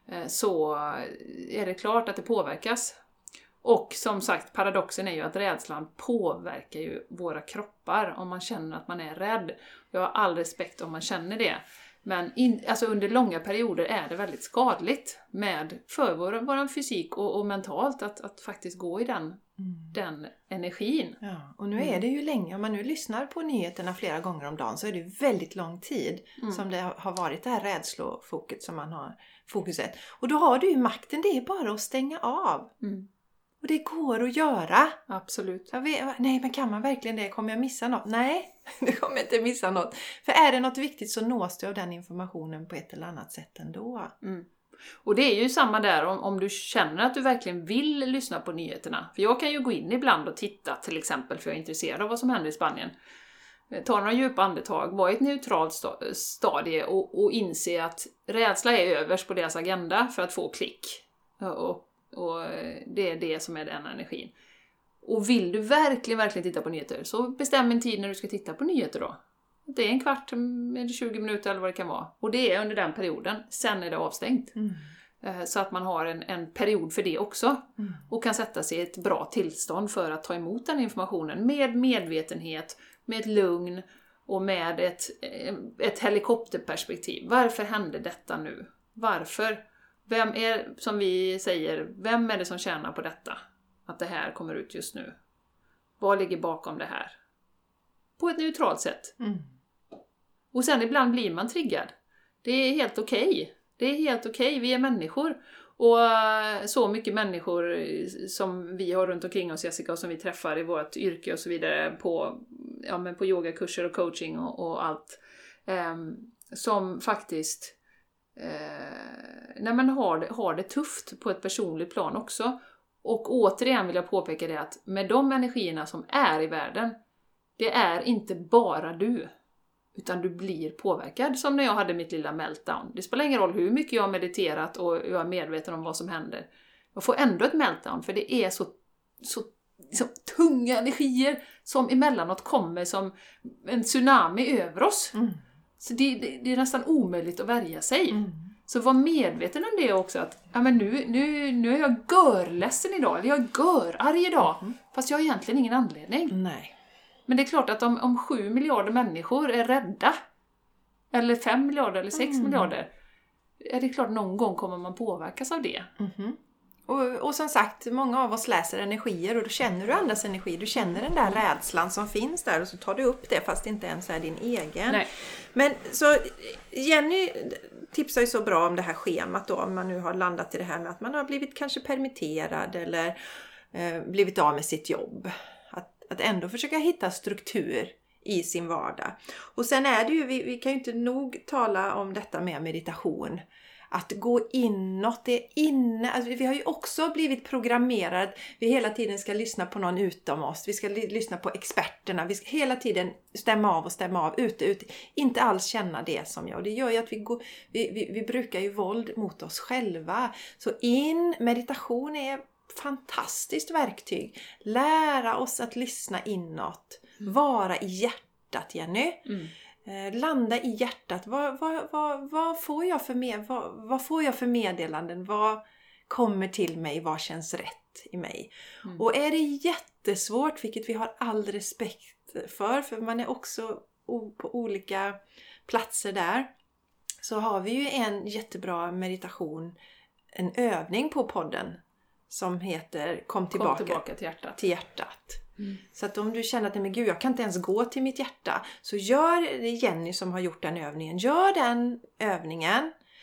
så är det klart att det påverkas. Och som sagt, paradoxen är ju att rädslan påverkar ju våra kroppar om man känner att man är rädd. Jag har all respekt om man känner det. Men in, alltså under långa perioder är det väldigt skadligt med för vår, vår fysik och, och mentalt att, att faktiskt gå i den, mm. den energin. Ja, och nu är det ju länge, om man nu lyssnar på nyheterna flera gånger om dagen så är det väldigt lång tid mm. som det har varit det här rädslofokuset som man har fokuset. Och då har du ju makten, det är bara att stänga av. Mm. Och det går att göra. Absolut. Jag vet, nej, men kan man verkligen det? Kommer jag missa något? Nej, det kommer inte missa något. För är det något viktigt så nås du av den informationen på ett eller annat sätt ändå. Mm. Och det är ju samma där om, om du känner att du verkligen vill lyssna på nyheterna. För jag kan ju gå in ibland och titta till exempel, för jag är intresserad av vad som händer i Spanien. Ta några djupa andetag, vara i ett neutralt stadie och, och inse att rädsla är överst på deras agenda för att få klick. Och Och det är det som är den energin. Och vill du verkligen, verkligen titta på nyheter, så bestäm en tid när du ska titta på nyheter då. Det är en kvart eller tjugo minuter eller vad det kan vara. Och det är under den perioden. Sen är det avstängt. Mm. Så att man har en, en period för det också. Mm. Och kan sätta sig i ett bra tillstånd för att ta emot den informationen. Med medvetenhet, med ett lugn och med ett, ett helikopterperspektiv. Varför hände detta nu? Varför? Vem är, som vi säger, vem är det som tjänar på detta? Att det här kommer ut just nu. Vad ligger bakom det här? På ett neutralt sätt. Mm. Och sen ibland blir man triggad. Det är helt okej. Okay. Det är helt okej. Okay. Vi är människor. Och så mycket människor som vi har runt omkring oss, Jessica, och som vi träffar i vårt yrke och så vidare på, ja, men på yogakurser och coaching och, och allt. Eh, som faktiskt Eh, när man har det, har det tufft på ett personligt plan också. Och återigen vill jag påpeka det att med de energierna som är i världen, det är inte bara du, utan du blir påverkad. Som när jag hade mitt lilla meltdown. Det spelar ingen roll hur mycket jag har mediterat och jag är medveten om vad som händer. Jag får ändå ett meltdown, för det är så, så, så tunga energier som emellanåt kommer som en tsunami över oss. Mm. Så det, det, det är nästan omöjligt att värja sig. Mm. Så var medveten om det också. Att ja, men nu, nu, nu är jag görledsen idag. Eller jag är görarg idag. Mm. Fast jag har egentligen ingen anledning. Nej. Men det är klart att om, om sju miljarder människor är rädda. Eller fem miljarder eller sex mm. miljarder. Är det klart någon gång kommer man påverkas av det. Mm. Och, och som sagt, många av oss läser energier och då känner du andras energi. Du känner den där rädslan som finns där och så tar du upp det fast det inte ens är din egen. Nej. Men så Jenny tipsar ju så bra om det här schemat då, om man nu har landat i det här med att man har blivit kanske permitterad eller eh, blivit av med sitt jobb. Att, att ändå försöka hitta struktur i sin vardag. Och sen är det ju, vi, vi kan ju inte nog tala om detta med meditation. Att gå inåt, det är inne. Alltså vi har ju också blivit programmerade. Vi hela tiden ska lyssna på någon utom oss. Vi ska li- lyssna på experterna. Vi ska hela tiden stämma av och stämma av. Ute, ute. Inte alls känna det som jag. Och det gör ju att vi, går, vi, vi, vi brukar ju våld mot oss själva. Så in, meditation är fantastiskt verktyg. Lära oss att lyssna inåt. Vara i hjärtat, Jenny. Mm. Landa i hjärtat. Vad, vad, vad, vad, får jag för med, vad, vad får jag för meddelanden? Vad kommer till mig? Vad känns rätt i mig? Mm. Och är det jättesvårt, vilket vi har all respekt för, för man är också på olika platser där, så har vi ju en jättebra meditation, en övning på podden som heter Kom tillbaka, Kom tillbaka till hjärtat. Till hjärtat. Mm. Så att om du känner att men gud, jag kan inte ens gå till mitt hjärta, så gör det Jenny som har gjort den övningen. Gör den övningen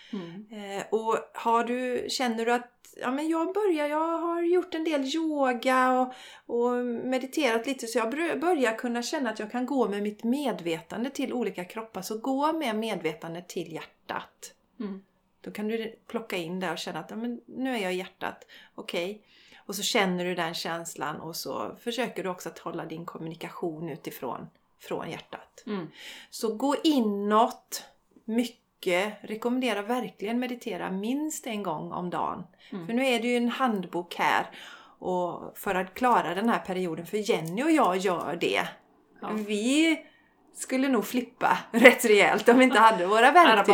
Mm. Eh, och har du, känner du att ja, men jag börjar, jag har gjort en del yoga och, och mediterat lite, så jag börjar kunna känna att jag kan gå med mitt medvetande till olika kroppar. Så gå med medvetande till hjärtat. Mm. Då kan du plocka in där och känna att ja, men nu är jag i hjärtat. Okej. Okay. Och så känner du den känslan och så försöker du också att hålla din kommunikation utifrån från hjärtat. Mm. Så gå inåt mycket. Rekommenderar verkligen meditera minst en gång om dagen. Mm. För nu är det ju en handbok här. Och för att klara den här perioden. För Jenny och jag gör det. Ja. Vi skulle nog flippa rätt rejält om vi inte hade våra verktyg.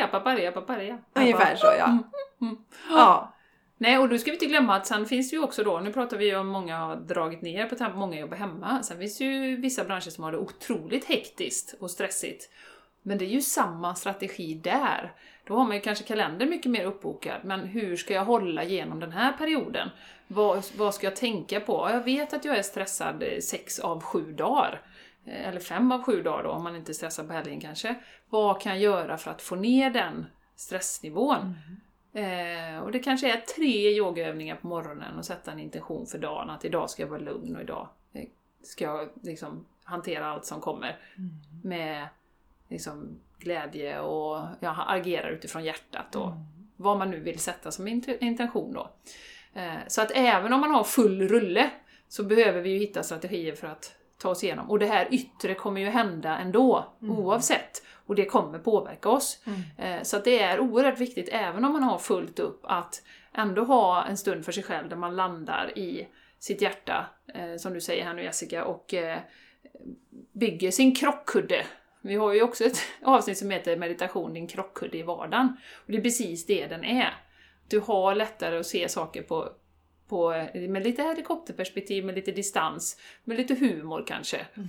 Ungefär så, ja. Mm. Mm. Ja. Nej, och då ska vi inte glömma att sen finns det ju också då, nu pratar vi om många har dragit ner på tempo, många jobbar hemma. Sen finns det ju vissa branscher som har det otroligt hektiskt och stressigt. Men det är ju samma strategi där. Då har man ju kanske kalendern mycket mer uppbokad. Men hur ska jag hålla genom den här perioden? Vad, vad ska jag tänka på? Jag vet att jag är stressad sex av sju dagar. Eller fem av sju dagar då, om man inte stressar på helgen kanske. Vad kan jag göra för att få ner den stressnivån? Mm. Eh, och det kanske är tre yogaövningar på morgonen och sätta en intention för dagen. Att idag ska jag vara lugn och idag ska jag liksom hantera allt som kommer. Mm. Med liksom glädje och jag agerar utifrån hjärtat och mm. vad man nu vill sätta som intention då. Eh, så att även om man har full rulle så behöver vi ju hitta strategier för att ta oss igenom. Och det här yttre kommer ju hända ändå, mm. oavsett. Och det kommer påverka oss. Mm. Eh, så att det är oerhört viktigt, även om man har fullt upp, att ändå ha en stund för sig själv där man landar i sitt hjärta, eh, som du säger här nu Jessica, och eh, bygger sin krockkudde. Vi har ju också ett avsnitt som heter meditation, din krockkudde i vardagen. Och det är precis det den är. Du har lättare att se saker på, på, med lite helikopterperspektiv, med lite distans, med lite humor kanske. Mm.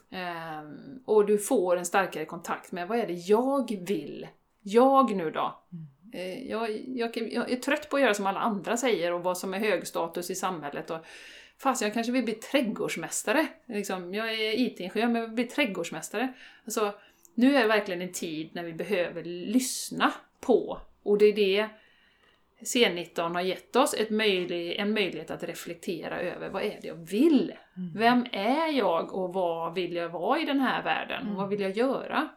Um, och du får en starkare kontakt med vad är det jag vill. Jag nu då. Mm. Uh, jag, jag, jag är trött på att göra som alla andra säger och vad som är högstatus i samhället. Och, fast jag kanske vill bli trädgårdsmästare. Liksom, jag är I T-ingenjör men jag vill bli trädgårdsmästare. Alltså, nu är det verkligen en tid när vi behöver lyssna på. Och det är det C nitton har gett oss, ett möjlig, en möjlighet att reflektera över vad är det jag vill. Mm. Vem är jag och vad vill jag vara i den här världen? Mm. Vad vill jag göra?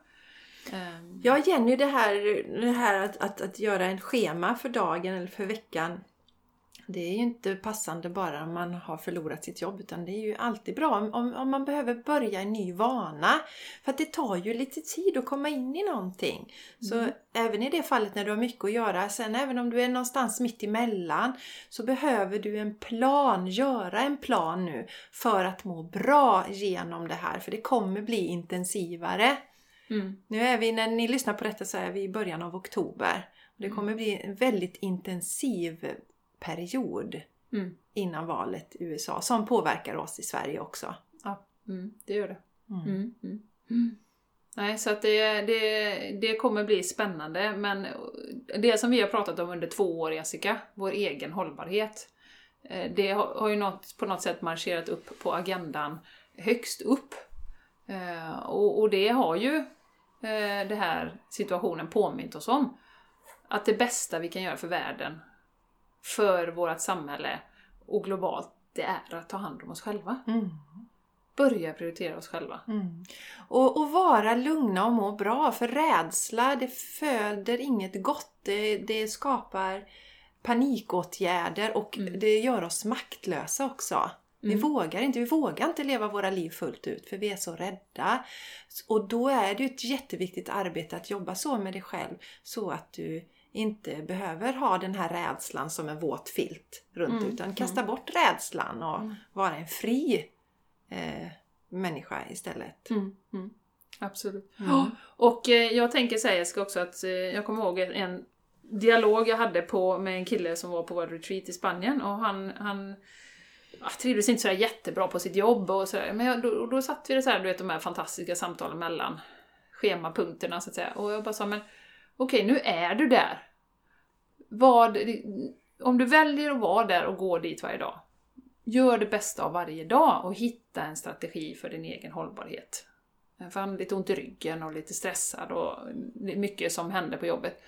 Um. Ja, Jenny, det här, det här att, att, att göra en schema för dagen eller för veckan. Det är ju inte passande bara om man har förlorat sitt jobb, utan det är ju alltid bra om, om man behöver börja en ny vana. För att det tar ju lite tid att komma in i någonting. Så mm. även i det fallet när du har mycket att göra, sen även om du är någonstans mitt emellan, så behöver du en plan, göra en plan nu för att må bra genom det här. För det kommer bli intensivare. Mm. Nu är vi, när ni lyssnar på detta så är vi i början av oktober. Det kommer bli en väldigt intensiv period mm. innan valet i U S A som påverkar oss i Sverige också. Ja, mm, det gör det. Mm. Mm, mm, mm. Nej, så att det, det, det kommer bli spännande, men det som vi har pratat om under två år, Jessica, vår egen hållbarhet, det har ju något, på något sätt marscherat upp på agendan högst upp. Och, och det har ju det här situationen påmint oss om. Att det bästa vi kan göra för världen, för vårt samhälle och globalt, det är att ta hand om oss själva. Mm. Börja prioritera oss själva. Mm. Och, och vara lugna och må bra. För rädsla, det föder inget gott. Det, det skapar panikåtgärder och mm. det gör oss maktlösa också. Vi mm. vågar inte, vi vågar inte leva våra liv fullt ut för vi är så rädda. Och då är det ju ett jätteviktigt arbete att jobba så med dig själv, så att du inte behöver ha den här rädslan som en våt filt runt, mm. utan kasta mm. bort rädslan och mm. vara en fri eh, människa istället. Mm. Mm. Absolut. Mm. Oh, och eh, jag tänker säga jag ska också att eh, jag kommer ihåg en dialog jag hade på, med en kille som var på vår retreat i Spanien, och han, han jag trivdes inte så jättebra på sitt jobb och så, men jag, då, då satt vi det så här, du vet, de här fantastiska samtalen mellan schemapunkterna så att säga, och jag bara sa, men okej, nu är du där. Vad, om du väljer att vara där och gå dit varje dag, gör det bästa av varje dag och hitta en strategi för din egen hållbarhet. För han har lite ont i ryggen och lite stressad och mycket som händer på jobbet.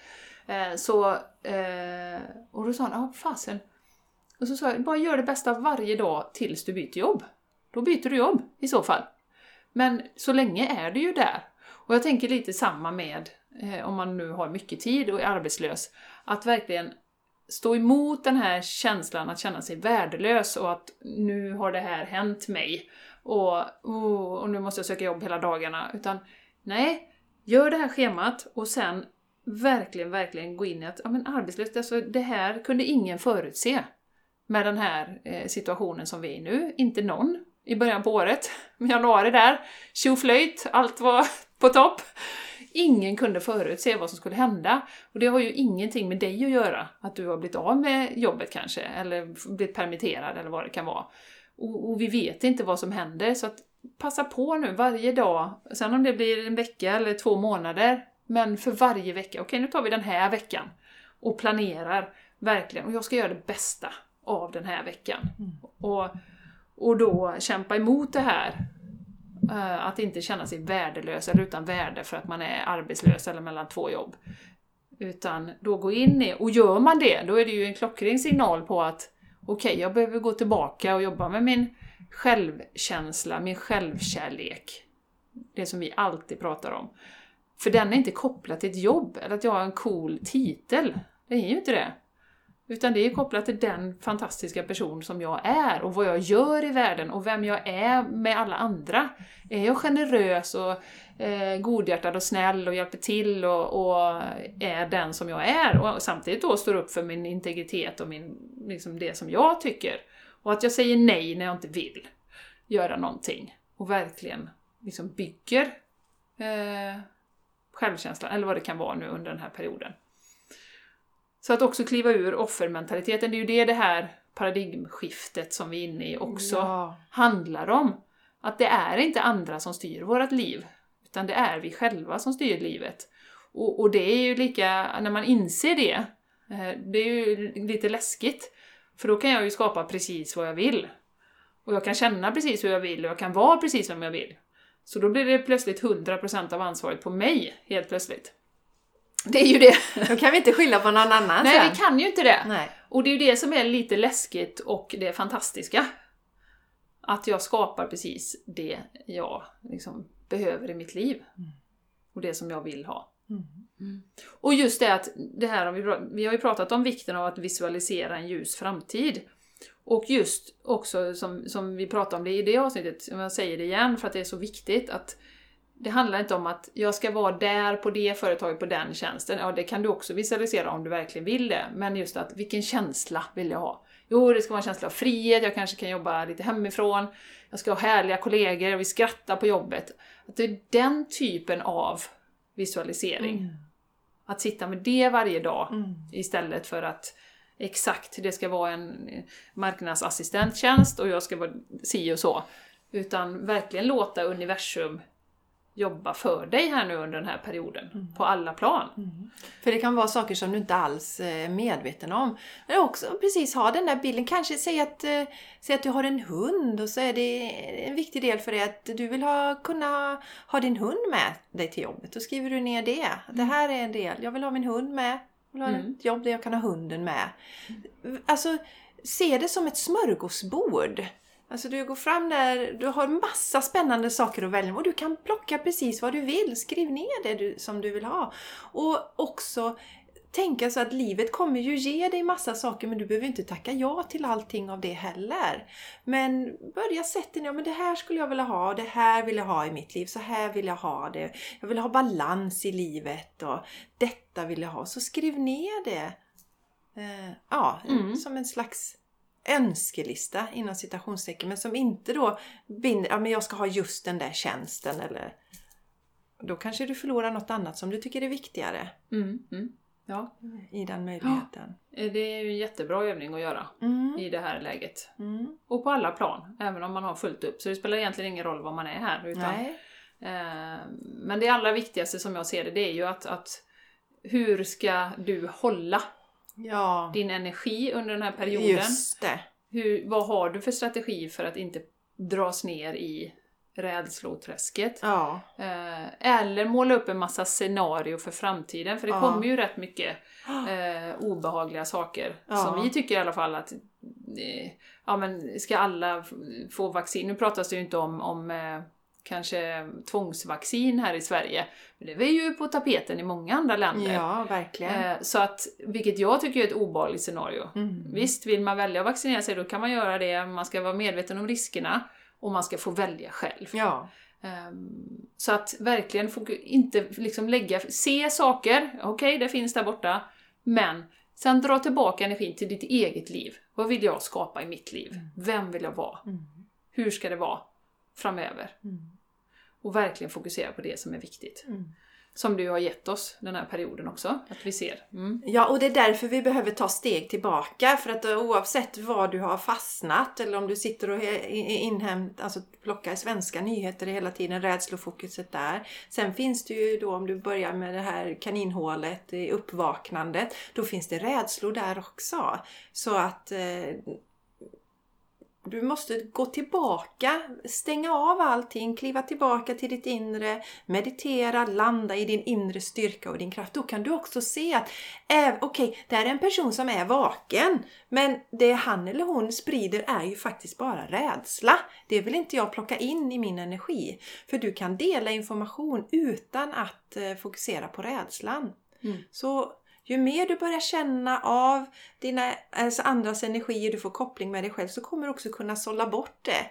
Eh, så, eh, och då sa han, ja fasen. Och så sa jag, bara gör det bästa varje dag tills du byter jobb. Då byter du jobb i så fall. Men så länge är du ju där. Och jag tänker lite samma med, eh, om man nu har mycket tid och är arbetslös, att verkligen stå emot den här känslan att känna sig värdelös och att nu har det här hänt mig och, oh, och nu måste jag söka jobb hela dagarna. Utan nej, gör det här schemat och sen verkligen, verkligen gå in i att ja, men arbetslös, alltså, det här kunde ingen förutse med den här eh, situationen som vi är i nu. Inte någon i början på året. Men januari där, tjoflöjt, allt var på topp. Ingen kunde förutse vad som skulle hända. Och det har ju ingenting med dig att göra. Att du har blivit av med jobbet kanske. Eller blivit permitterad eller vad det kan vara. Och, och vi vet inte vad som händer. Så att passa på nu varje dag. Sen om det blir en vecka eller två månader. Men för varje vecka. Okej, nu tar vi den här veckan. Och planerar verkligen. Och jag ska göra det bästa av den här veckan. Mm. Och, och då kämpa emot det här. Att inte känna sig värdelös eller utan värde för att man är arbetslös eller mellan två jobb. Utan då gå in i, och gör man det, då är det ju en klockring signal på att okej, okay, jag behöver gå tillbaka och jobba med min självkänsla, min självkärlek. Det som vi alltid pratar om. För den är inte kopplad till ett jobb eller att jag har en cool titel. Det är ju inte det. Utan det är kopplat till den fantastiska person som jag är och vad jag gör i världen och vem jag är med alla andra. Är jag generös och eh, godhjärtad och snäll och hjälper till och, och är den som jag är. Och samtidigt då står upp för min integritet och min, liksom det som jag tycker. Och att jag säger nej när jag inte vill göra någonting. Och verkligen liksom bygger eh, självkänslan, eller vad det kan vara nu under den här perioden. Så att också kliva ur offermentaliteten, det är ju det det här paradigmskiftet som vi är inne i också ja. handlar om. Att det är inte andra som styr vårt liv, utan det är vi själva som styr livet. Och, och det är ju lika, när man inser det, det är ju lite läskigt. För då kan jag ju skapa precis vad jag vill. Och jag kan känna precis hur jag vill och jag kan vara precis som jag vill. Så då blir det plötsligt hundra procent av ansvaret på mig, helt plötsligt. Det är ju det. Då kan vi inte skylla på någon annan. Nej, sen. vi kan ju inte det. Nej. Och det är ju det som är lite läskigt och det fantastiska. Att jag skapar precis det jag liksom behöver i mitt liv. Mm. Och det som jag vill ha. Mm. Mm. Och just det att, det här har vi, vi har ju pratat om vikten av att visualisera en ljus framtid. Och just också som, som vi pratade om det i det avsnittet, som jag säger det igen för att det är så viktigt, att det handlar inte om att jag ska vara där på det företaget, på den tjänsten. Ja, det kan du också visualisera om du verkligen vill det. Men just att, vilken känsla vill jag ha? Jo, det ska vara en känsla av frihet. Jag kanske kan jobba lite hemifrån. Jag ska ha härliga kollegor. Vi skrattar på jobbet. Att det är den typen av visualisering. Mm. Att sitta med det varje dag. Mm. Istället för att exakt, det ska vara en marknadsassistenttjänst och jag ska vara si och så. Utan verkligen låta universum jobba för dig här nu under den här perioden. Mm. På alla plan. Mm. För det kan vara saker som du inte alls är medveten om. Men också precis ha den där bilden. Kanske säg att, säg att du har en hund och så är det en viktig del för dig att du vill ha, kunna ha din hund med dig till jobbet. Då skriver du ner det. Mm. Det här är en del. Jag vill ha min hund med. Jag vill ha mm. ett jobb där jag kan ha hunden med. Mm. Alltså, se det som ett smörgåsbord. Alltså du går fram där, du har massa spännande saker att välja och du kan plocka precis vad du vill. Skriv ner det du, som du vill ha. Och också tänka så att livet kommer ju ge dig massa saker, men du behöver inte tacka ja till allting av det heller. Men börja sätta ner, men det här skulle jag vilja ha, det här vill jag ha i mitt liv, så här vill jag ha det. Jag vill ha balans i livet och detta vill jag ha. Så skriv ner det. Uh, ja, mm. som en slags önskelista inom citationstecken, men som inte då binder, ja men jag ska ha just den där tjänsten, eller då kanske du förlorar något annat som du tycker är viktigare. Mm, mm. Ja. I den möjligheten. Ja. Det är ju en jättebra övning att göra mm. i det här läget. Mm. Och på alla plan, även om man har fullt upp. Så det spelar egentligen ingen roll var man är här. Utan, eh, men det allra viktigaste som jag ser det, det är ju att, att hur ska du hålla ja. din energi under den här perioden? Just det. Hur, vad har du för strategi för att inte dras ner i rädsloträsket. Ja. Eh, eller måla upp en massa scenario för framtiden. För det ja. kommer ju rätt mycket eh, obehagliga saker. Ja. Som vi tycker i alla fall att eh, ja, men ska alla få vaccin? Nu pratas det ju inte om, om eh, kanske tvångsvaccin här i Sverige. Men det är ju på tapeten i många andra länder. Ja, verkligen. Eh, så att, vilket jag tycker är ett obehagligt scenario. Mm. Visst, vill man välja att vaccinera sig, då kan man göra det. Man ska vara medveten om riskerna. Och man ska få välja själv. Ja. Um, så att verkligen få inte liksom lägga, se saker, okej okay, det finns där borta. Men sen dra tillbaka energin till ditt eget liv. Vad vill jag skapa i mitt liv? Mm. Vem vill jag vara? Mm. Hur ska det vara framöver? Mm. Och verkligen fokusera på det som är viktigt. Mm. Som du har gett oss den här perioden också, att vi ser. Mm. Ja, och det är därför vi behöver ta steg tillbaka. För att oavsett var du har fastnat eller om du sitter och inhämtar, alltså plockar svenska nyheter hela tiden, rädslofokuset där. Sen finns det ju då, om du börjar med det här kaninhålet i uppvaknandet, då finns det rädslor där också. Så att Eh, du måste gå tillbaka, stänga av allting, kliva tillbaka till ditt inre, meditera, landa i din inre styrka och din kraft. Då kan du också se att, äh, okej, okay, det här är en person som är vaken, men det han eller hon sprider är ju faktiskt bara rädsla. Det vill inte jag plocka in i min energi. För du kan dela information utan att eh, fokusera på rädslan. Mm. Så ju mer du börjar känna av dina, alltså andras energier, du får koppling med dig själv, så kommer du också kunna sålla bort det.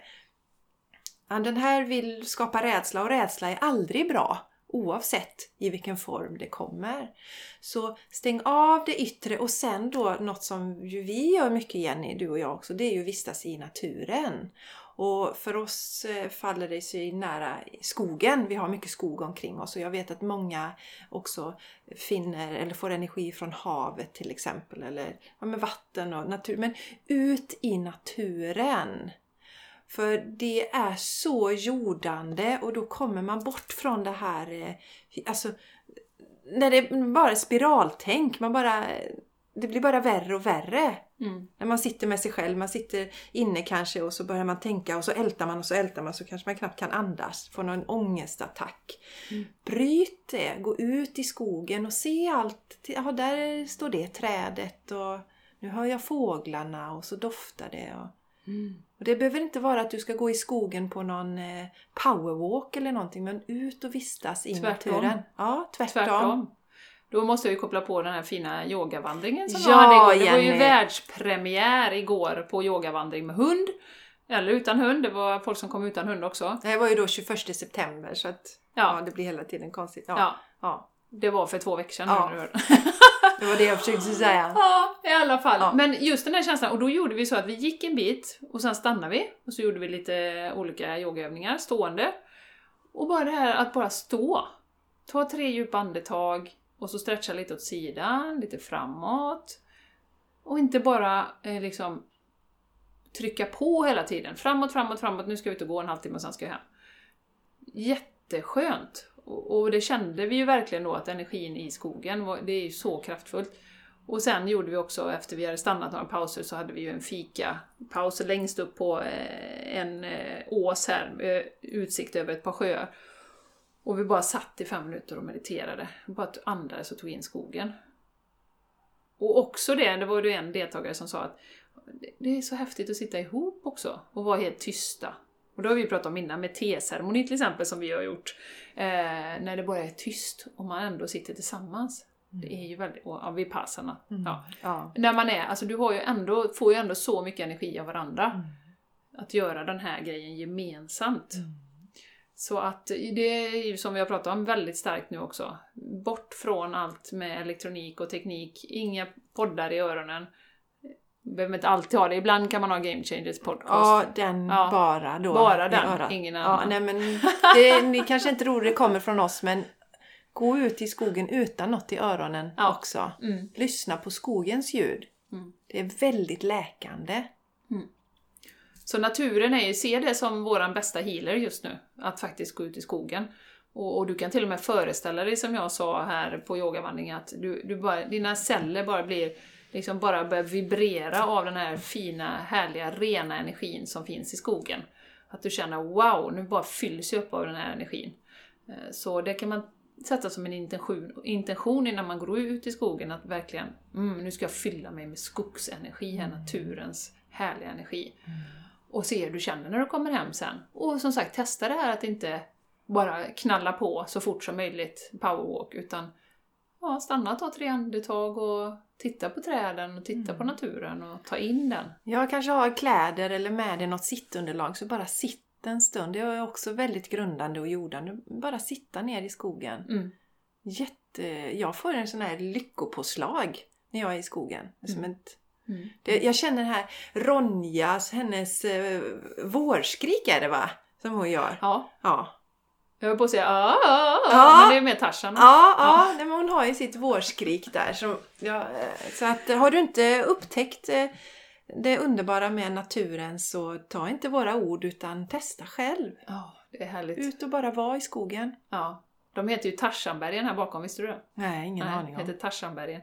Den här vill skapa rädsla, och rädsla är aldrig bra oavsett i vilken form det kommer. Så stäng av det yttre, och sen då något som ju vi gör mycket, Jenny, du och jag också, det är ju vistas i naturen. Och för oss faller det sig nära skogen. Vi har mycket skog omkring oss. Och jag vet att många också finner eller får energi från havet till exempel. Eller ja, med vatten och natur. Men ut i naturen. För det är så jordande. Och då kommer man bort från det här. Alltså, när det är bara spiraltänk. Man bara... Det blir bara värre och värre. Mm. När man sitter med sig själv. Man sitter inne kanske och så börjar man tänka. Och så ältar man och så ältar man. Så kanske man knappt kan andas. Får någon ångestattack. Mm. Bryt det. Gå ut i skogen och se allt. Ja, där står det trädet. Och nu hör jag fåglarna. Och så doftar det. Och, mm. och det behöver inte vara att du ska gå i skogen på någon eh, powerwalk eller någonting. Men ut och vistas i tvärtom. naturen. Ja, tvärtom. tvärtom. Då måste jag ju koppla på den här fina yogavandringen som ja, jag hade igår. Det Jenny. var ju världspremiär igår på yogavandring med hund. Eller utan hund. Det var folk som kom utan hund också. Det var ju då tjugoförsta september. Så att ja. Ja, det blir hela tiden konstigt. Ja. Ja. Ja. Det var för två veckor sedan. Ja. Nu. Det var det jag försökte säga. Ja, i alla fall. Ja. Men just den här känslan. Och då gjorde vi så att vi gick en bit. Och sen stannade vi. Och så gjorde vi lite olika yogaövningar stående. Och bara det här att bara stå. Ta tre djupa andetag. Och så stretcha lite åt sidan, lite framåt. Och inte bara eh, liksom trycka på hela tiden. Framåt, framåt, framåt. Nu ska vi ut och gå en halvtimme och sen ska jag hem. Jätteskönt. Och, och det kände vi ju verkligen då, att energin i skogen, var, det är ju så kraftfullt. Och sen gjorde vi också, efter vi hade stannat några pauser, så hade vi ju en fika paus längst upp på eh, en eh, ås här. Eh, utsikt över ett par sjöar. Och vi bara satt i fem minuter och mediterade. Bara andades och tog in skogen. Och också det, det var ju en deltagare som sa att det är så häftigt att sitta ihop också. Och vara helt tysta. Och då har vi pratat om innan med teceremoni till exempel, som vi har gjort. Eh, när det bara är tyst och man ändå sitter tillsammans. Mm. Det är ju väldigt, och ja, vipassana. Mm. Ja. Ja. När man är, alltså du har ju ändå, får ju ändå så mycket energi av varandra. Mm. Att göra den här grejen gemensamt. Mm. Så att det är ju, som vi har pratat om, väldigt starkt nu också. Bort från allt med elektronik och teknik. Inga poddar i öronen. Behöver inte alltid ha det. Ibland kan man ha Game Changers podcast. Ja, den ja. bara då. Bara den, ingen annan. Ja, nej, men det, ni kanske inte tror det kommer från oss, men gå ut i skogen utan något i öronen ja. också. Mm. Lyssna på skogens ljud. Mm. Det är väldigt läkande. Mm. Så naturen är ju, se det som våran bästa healer just nu. Att faktiskt gå ut i skogen. Och, och du kan till och med föreställa dig, som jag sa här på yogavandringen, att du, du bara, dina celler bara blir, liksom bara börjar vibrera av den här fina, härliga, rena energin som finns i skogen. Att du känner wow, nu bara fylls jag upp av den här energin. Så det kan man sätta som en intention, intention innan man går ut i skogen. Att verkligen, mm, nu ska jag fylla mig med skogsenergi, här, naturens härliga energi. Mm. Och se hur du känner när du kommer hem sen. Och som sagt, testa det här att inte bara knalla på så fort som möjligt powerwalk. Utan ja, stanna, ta tre andetag och titta på träden och titta mm. på naturen och ta in den. Jag kanske har kläder eller med dig något sittunderlag, så bara sitt en stund. Det är också väldigt grundande och jordande. Bara sitta ner i skogen. Mm. Jätte, jag får en sån här lyckopåslag när jag är i skogen. Mm. Som ett, mm. det, jag känner den här Ronjas, hennes eh, vårskrik är det va? Som hon gör. Ja. Ja. Jag vill på att säga ja, men det är mer Tarzan. Ja, ja. ja. Men hon har ju sitt vårskrik där. Så, ja, så att, har du inte upptäckt det underbara med naturen, så ta inte våra ord utan testa själv. Ja, det är härligt. Ut och bara vara i skogen. Ja, de heter ju Tarzanbergen här bakom, visste du det? Nej, ingen Nej, aning om. heter Tarzanbergen.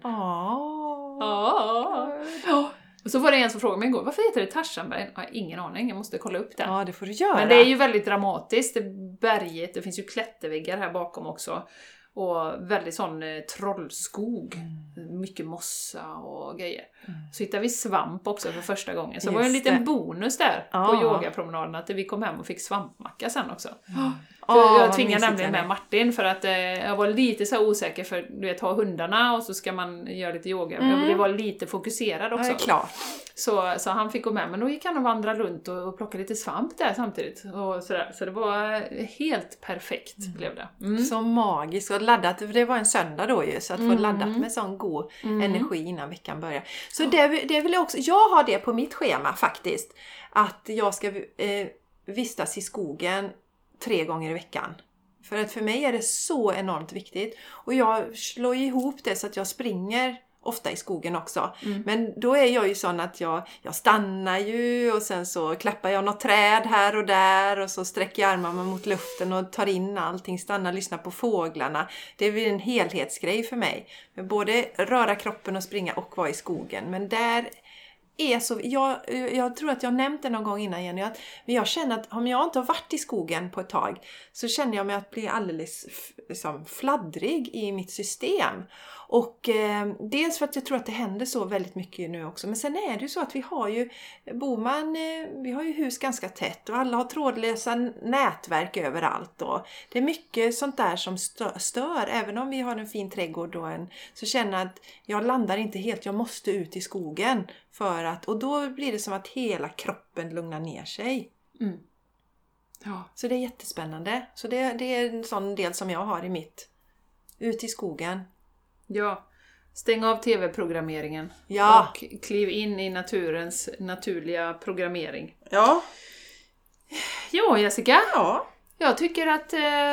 Åh. Ja. Ja. Och så var det en som frågade mig igår, varför heter det Tarzanbergen? Jag har ingen aning, jag måste kolla upp det. Ja, det får du göra. Men det är ju väldigt dramatiskt, det berget, det finns ju klätterväggar här bakom också. Och väldigt sån eh, trollskog. Mm. Mycket mossa och grejer. Mm. Så hittade vi svamp också för första gången. Så det var ju en liten bonus där ah. på yogapromenaden. Att vi kom hem och fick svampmacka sen också. Mm. För ah, jag tvingade nämligen med Martin. För att eh, jag var lite så osäker. För du vet, ha hundarna och så ska man göra lite yoga. Mm. Jag ville vara lite fokuserad också. Ja, klart. Så, så han fick gå med. Men då gick han och vandra runt och, och plocka lite svamp där samtidigt. Och sådär. Så det var helt perfekt mm. blev det. Mm. Så magiskt och laddat. Det var en söndag då ju. Så att få mm. laddat med sån god mm. energi innan veckan börjar. Så oh. det, det vill jag också. Jag har det på mitt schema faktiskt. Att jag ska eh, vistas i skogen tre gånger i veckan. För att för mig är det så enormt viktigt. Och jag slår ihop det så att jag springer ofta i skogen också. Mm. Men då är jag ju sån att jag, jag stannar ju och sen så klappar jag något träd här och där och så sträcker jag armarna mot luften och tar in allting, stannar, lyssnar på fåglarna. Det blir en helhetsgrej för mig. Både röra kroppen och springa och vara i skogen. Men där är så, jag, jag tror att jag nämnt det någon gång innan Jenny, att jag känner att om jag inte har varit i skogen på ett tag så känner jag mig att bli alldeles liksom, fladdrig i mitt system. Och eh, dels för att jag tror att det händer så väldigt mycket nu också. Men sen är det ju så att vi har ju, bor man, eh, vi har ju hus ganska tätt och alla har trådlösa nätverk överallt. Och det är mycket sånt där som stör, stör. Även om vi har en fin trädgård och en, så känner jag att jag landar inte helt, jag måste ut i skogen. För att, och då blir det som att hela kroppen lugnar ner sig. Mm. Ja. Så det är jättespännande. Så det, det är en sån del som jag har i mitt, ut i skogen. Ja, stäng av tv-programmeringen ja. och kliv in i naturens naturliga programmering. Ja. Jo, Jessica. Ja. Jag tycker att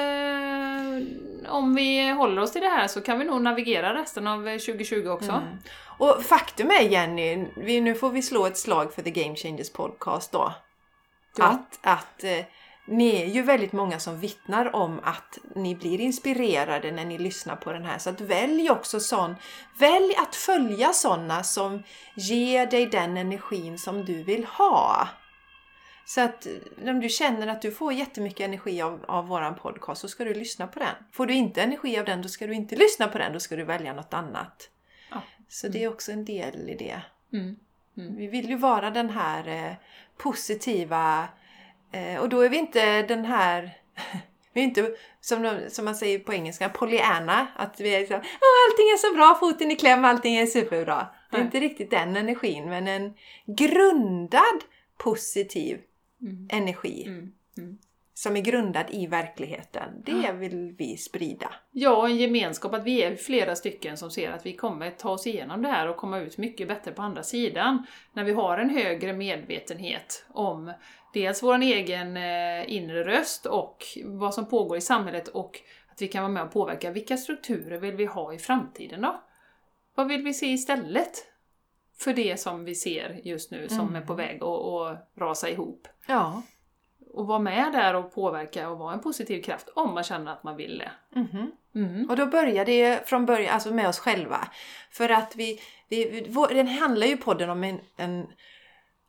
eh, om vi håller oss till det här så kan vi nog navigera resten av tjugo tjugo också. Mm. Och faktum är, Jenny, vi, nu får vi slå ett slag för The Game Changers podcast då. Ja. Att... att eh, ni är ju väldigt många som vittnar om att ni blir inspirerade när ni lyssnar på den här. Så att välj också sån, välj att följa sådana som ger dig den energin som du vill ha. Så att om du känner att du får jättemycket energi av, av våran podcast så ska du lyssna på den. Får du inte energi av den, då ska du inte lyssna på den, då ska du välja något annat. Ja. Så det är också en del i det. Mm. Mm. Vi vill ju vara den här eh, positiva... Och då är vi inte den här, vi är inte som, de, som man säger på engelska, Pollyanna, att vi är så, åh, allting är så bra, foten i kläm, allting är superbra. Det är mm. inte riktigt den energin, men en grundad positiv mm. energi mm. Mm. som är grundad i verkligheten. Det ja. vill vi sprida. Ja, en gemenskap, att vi är flera stycken som ser att vi kommer ta oss igenom det här och komma ut mycket bättre på andra sidan. När vi har en högre medvetenhet om dels vår egen eh, inre röst och vad som pågår i samhället och att vi kan vara med och påverka. Vilka strukturer vill vi ha i framtiden då? Vad vill vi se istället för det som vi ser just nu som mm. är på väg att, att rasa ihop? Ja. Och vara med där och påverka och vara en positiv kraft om man känner att man vill det. Mm-hmm. Mm. Och då börjar det från början, alltså med oss själva. För att vi, vi vår, den handlar ju podden om en, en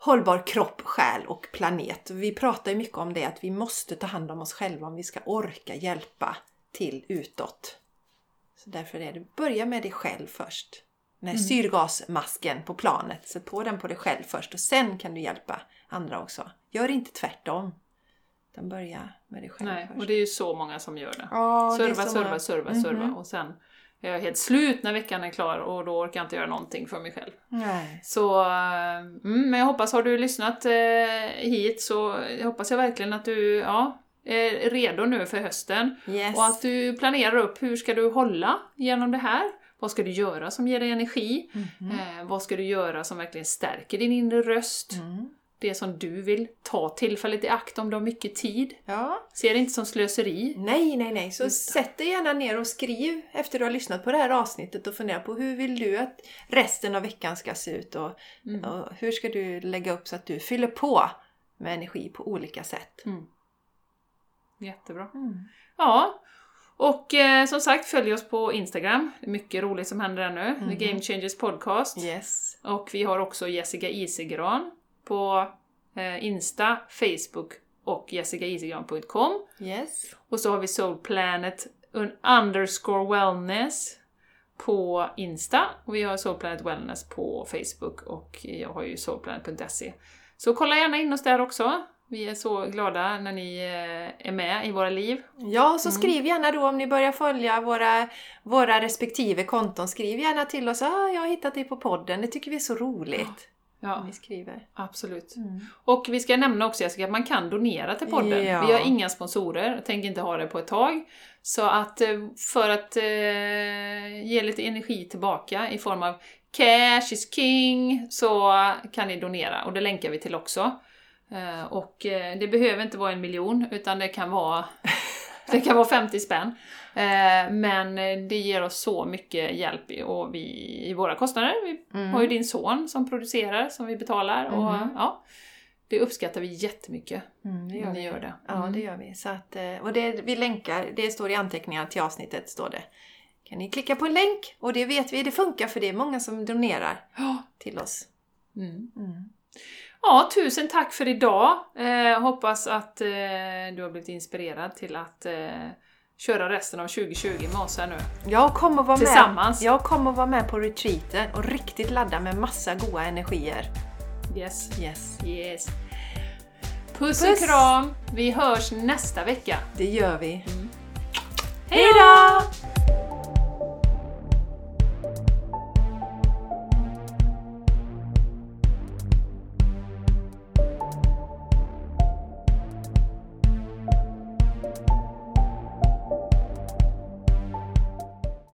hållbar kropp, själ och planet. Vi pratar ju mycket om det, att vi måste ta hand om oss själva om vi ska orka hjälpa till utåt. Så därför är det, börja med dig själv först. Den här mm. syrgasmasken på planet, sätt på den på dig själv först och sen kan du hjälpa andra också. Gör inte tvärtom. Den börjar med dig själv Nej, först. Och det är ju så många som gör det. Ja, serva, det är så serva, många. serva, Mm-hmm. serva. Och sen är jag helt slut när veckan är klar och då orkar jag inte göra någonting för mig själv. Nej. Så, mm, men jag hoppas, har du lyssnat eh, hit så jag hoppas jag verkligen att du ja, är redo nu för hösten. Yes. Och att du planerar upp hur ska du hålla genom det här. Vad ska du göra som ger dig energi? Mm-hmm. Eh, vad ska du göra som verkligen stärker din inre röst? Mm. Det som du vill ta tillfället i akt om du har mycket tid. Ja. Ser det inte som slöseri. Nej, nej, nej. Så sätt dig gärna ner och skriv efter du har lyssnat på det här avsnittet och fundera på hur vill du att resten av veckan ska se ut och, mm. och hur ska du lägga upp så att du fyller på med energi på olika sätt. Mm. Jättebra. Mm. Ja, och eh, som sagt följ oss på Instagram. Det är mycket roligt som händer där nu. Mm. The Game Changers Podcast. Yes. Och vi har också Jessica Isegran på eh, Insta, Facebook och jessica isegran punkt com. Yes. Och så har vi Soul Planet underscore wellness på Insta. Och vi har Soul Planet Wellness på Facebook och jag har ju soulplanet punkt se. Så kolla gärna in oss där också. Vi är så glada när ni är med i våra liv. Ja, så skriv gärna då om ni börjar följa våra, våra respektive konton. Skriv gärna till oss. Ah, jag har hittat det på podden. Det tycker vi är så roligt. Ja, ni skriver. Absolut. Mm. Och vi ska nämna också, Jessica, att man kan donera till podden. Ja. Vi har inga sponsorer. Jag tänker inte ha det på ett tag. Så att för att eh, ge lite energi tillbaka i form av cash is king så kan ni donera. Och det länkar vi till också. Uh, och uh, det behöver inte vara en miljon utan det kan vara det kan vara femtio spänn. Uh, men det ger oss så mycket hjälp i, och vi, i våra kostnader. Vi mm. har ju din son som producerar som vi betalar mm. och ja, det uppskattar vi jättemycket. Mm, det gör ni vi. Gör det. Mm. Ja, det gör vi. Så att, och det vi länkar, det står i anteckningarna till avsnittet står det. Kan ni klicka på en länk och det vet vi, det funkar för det är många som donerar oh. till oss. Mm. Mm. Ja, tusen tack för idag. Eh, hoppas att eh, du har blivit inspirerad till att eh, köra resten av tjugo tjugo med oss här nu. Jag kommer vara Tillsammans. med. Jag kommer vara med på retreaten och riktigt ladda med massa goda energier. Yes. Yes. Yes. Puss, Puss och kram. Vi hörs nästa vecka. Det gör vi. Mm. Hej då!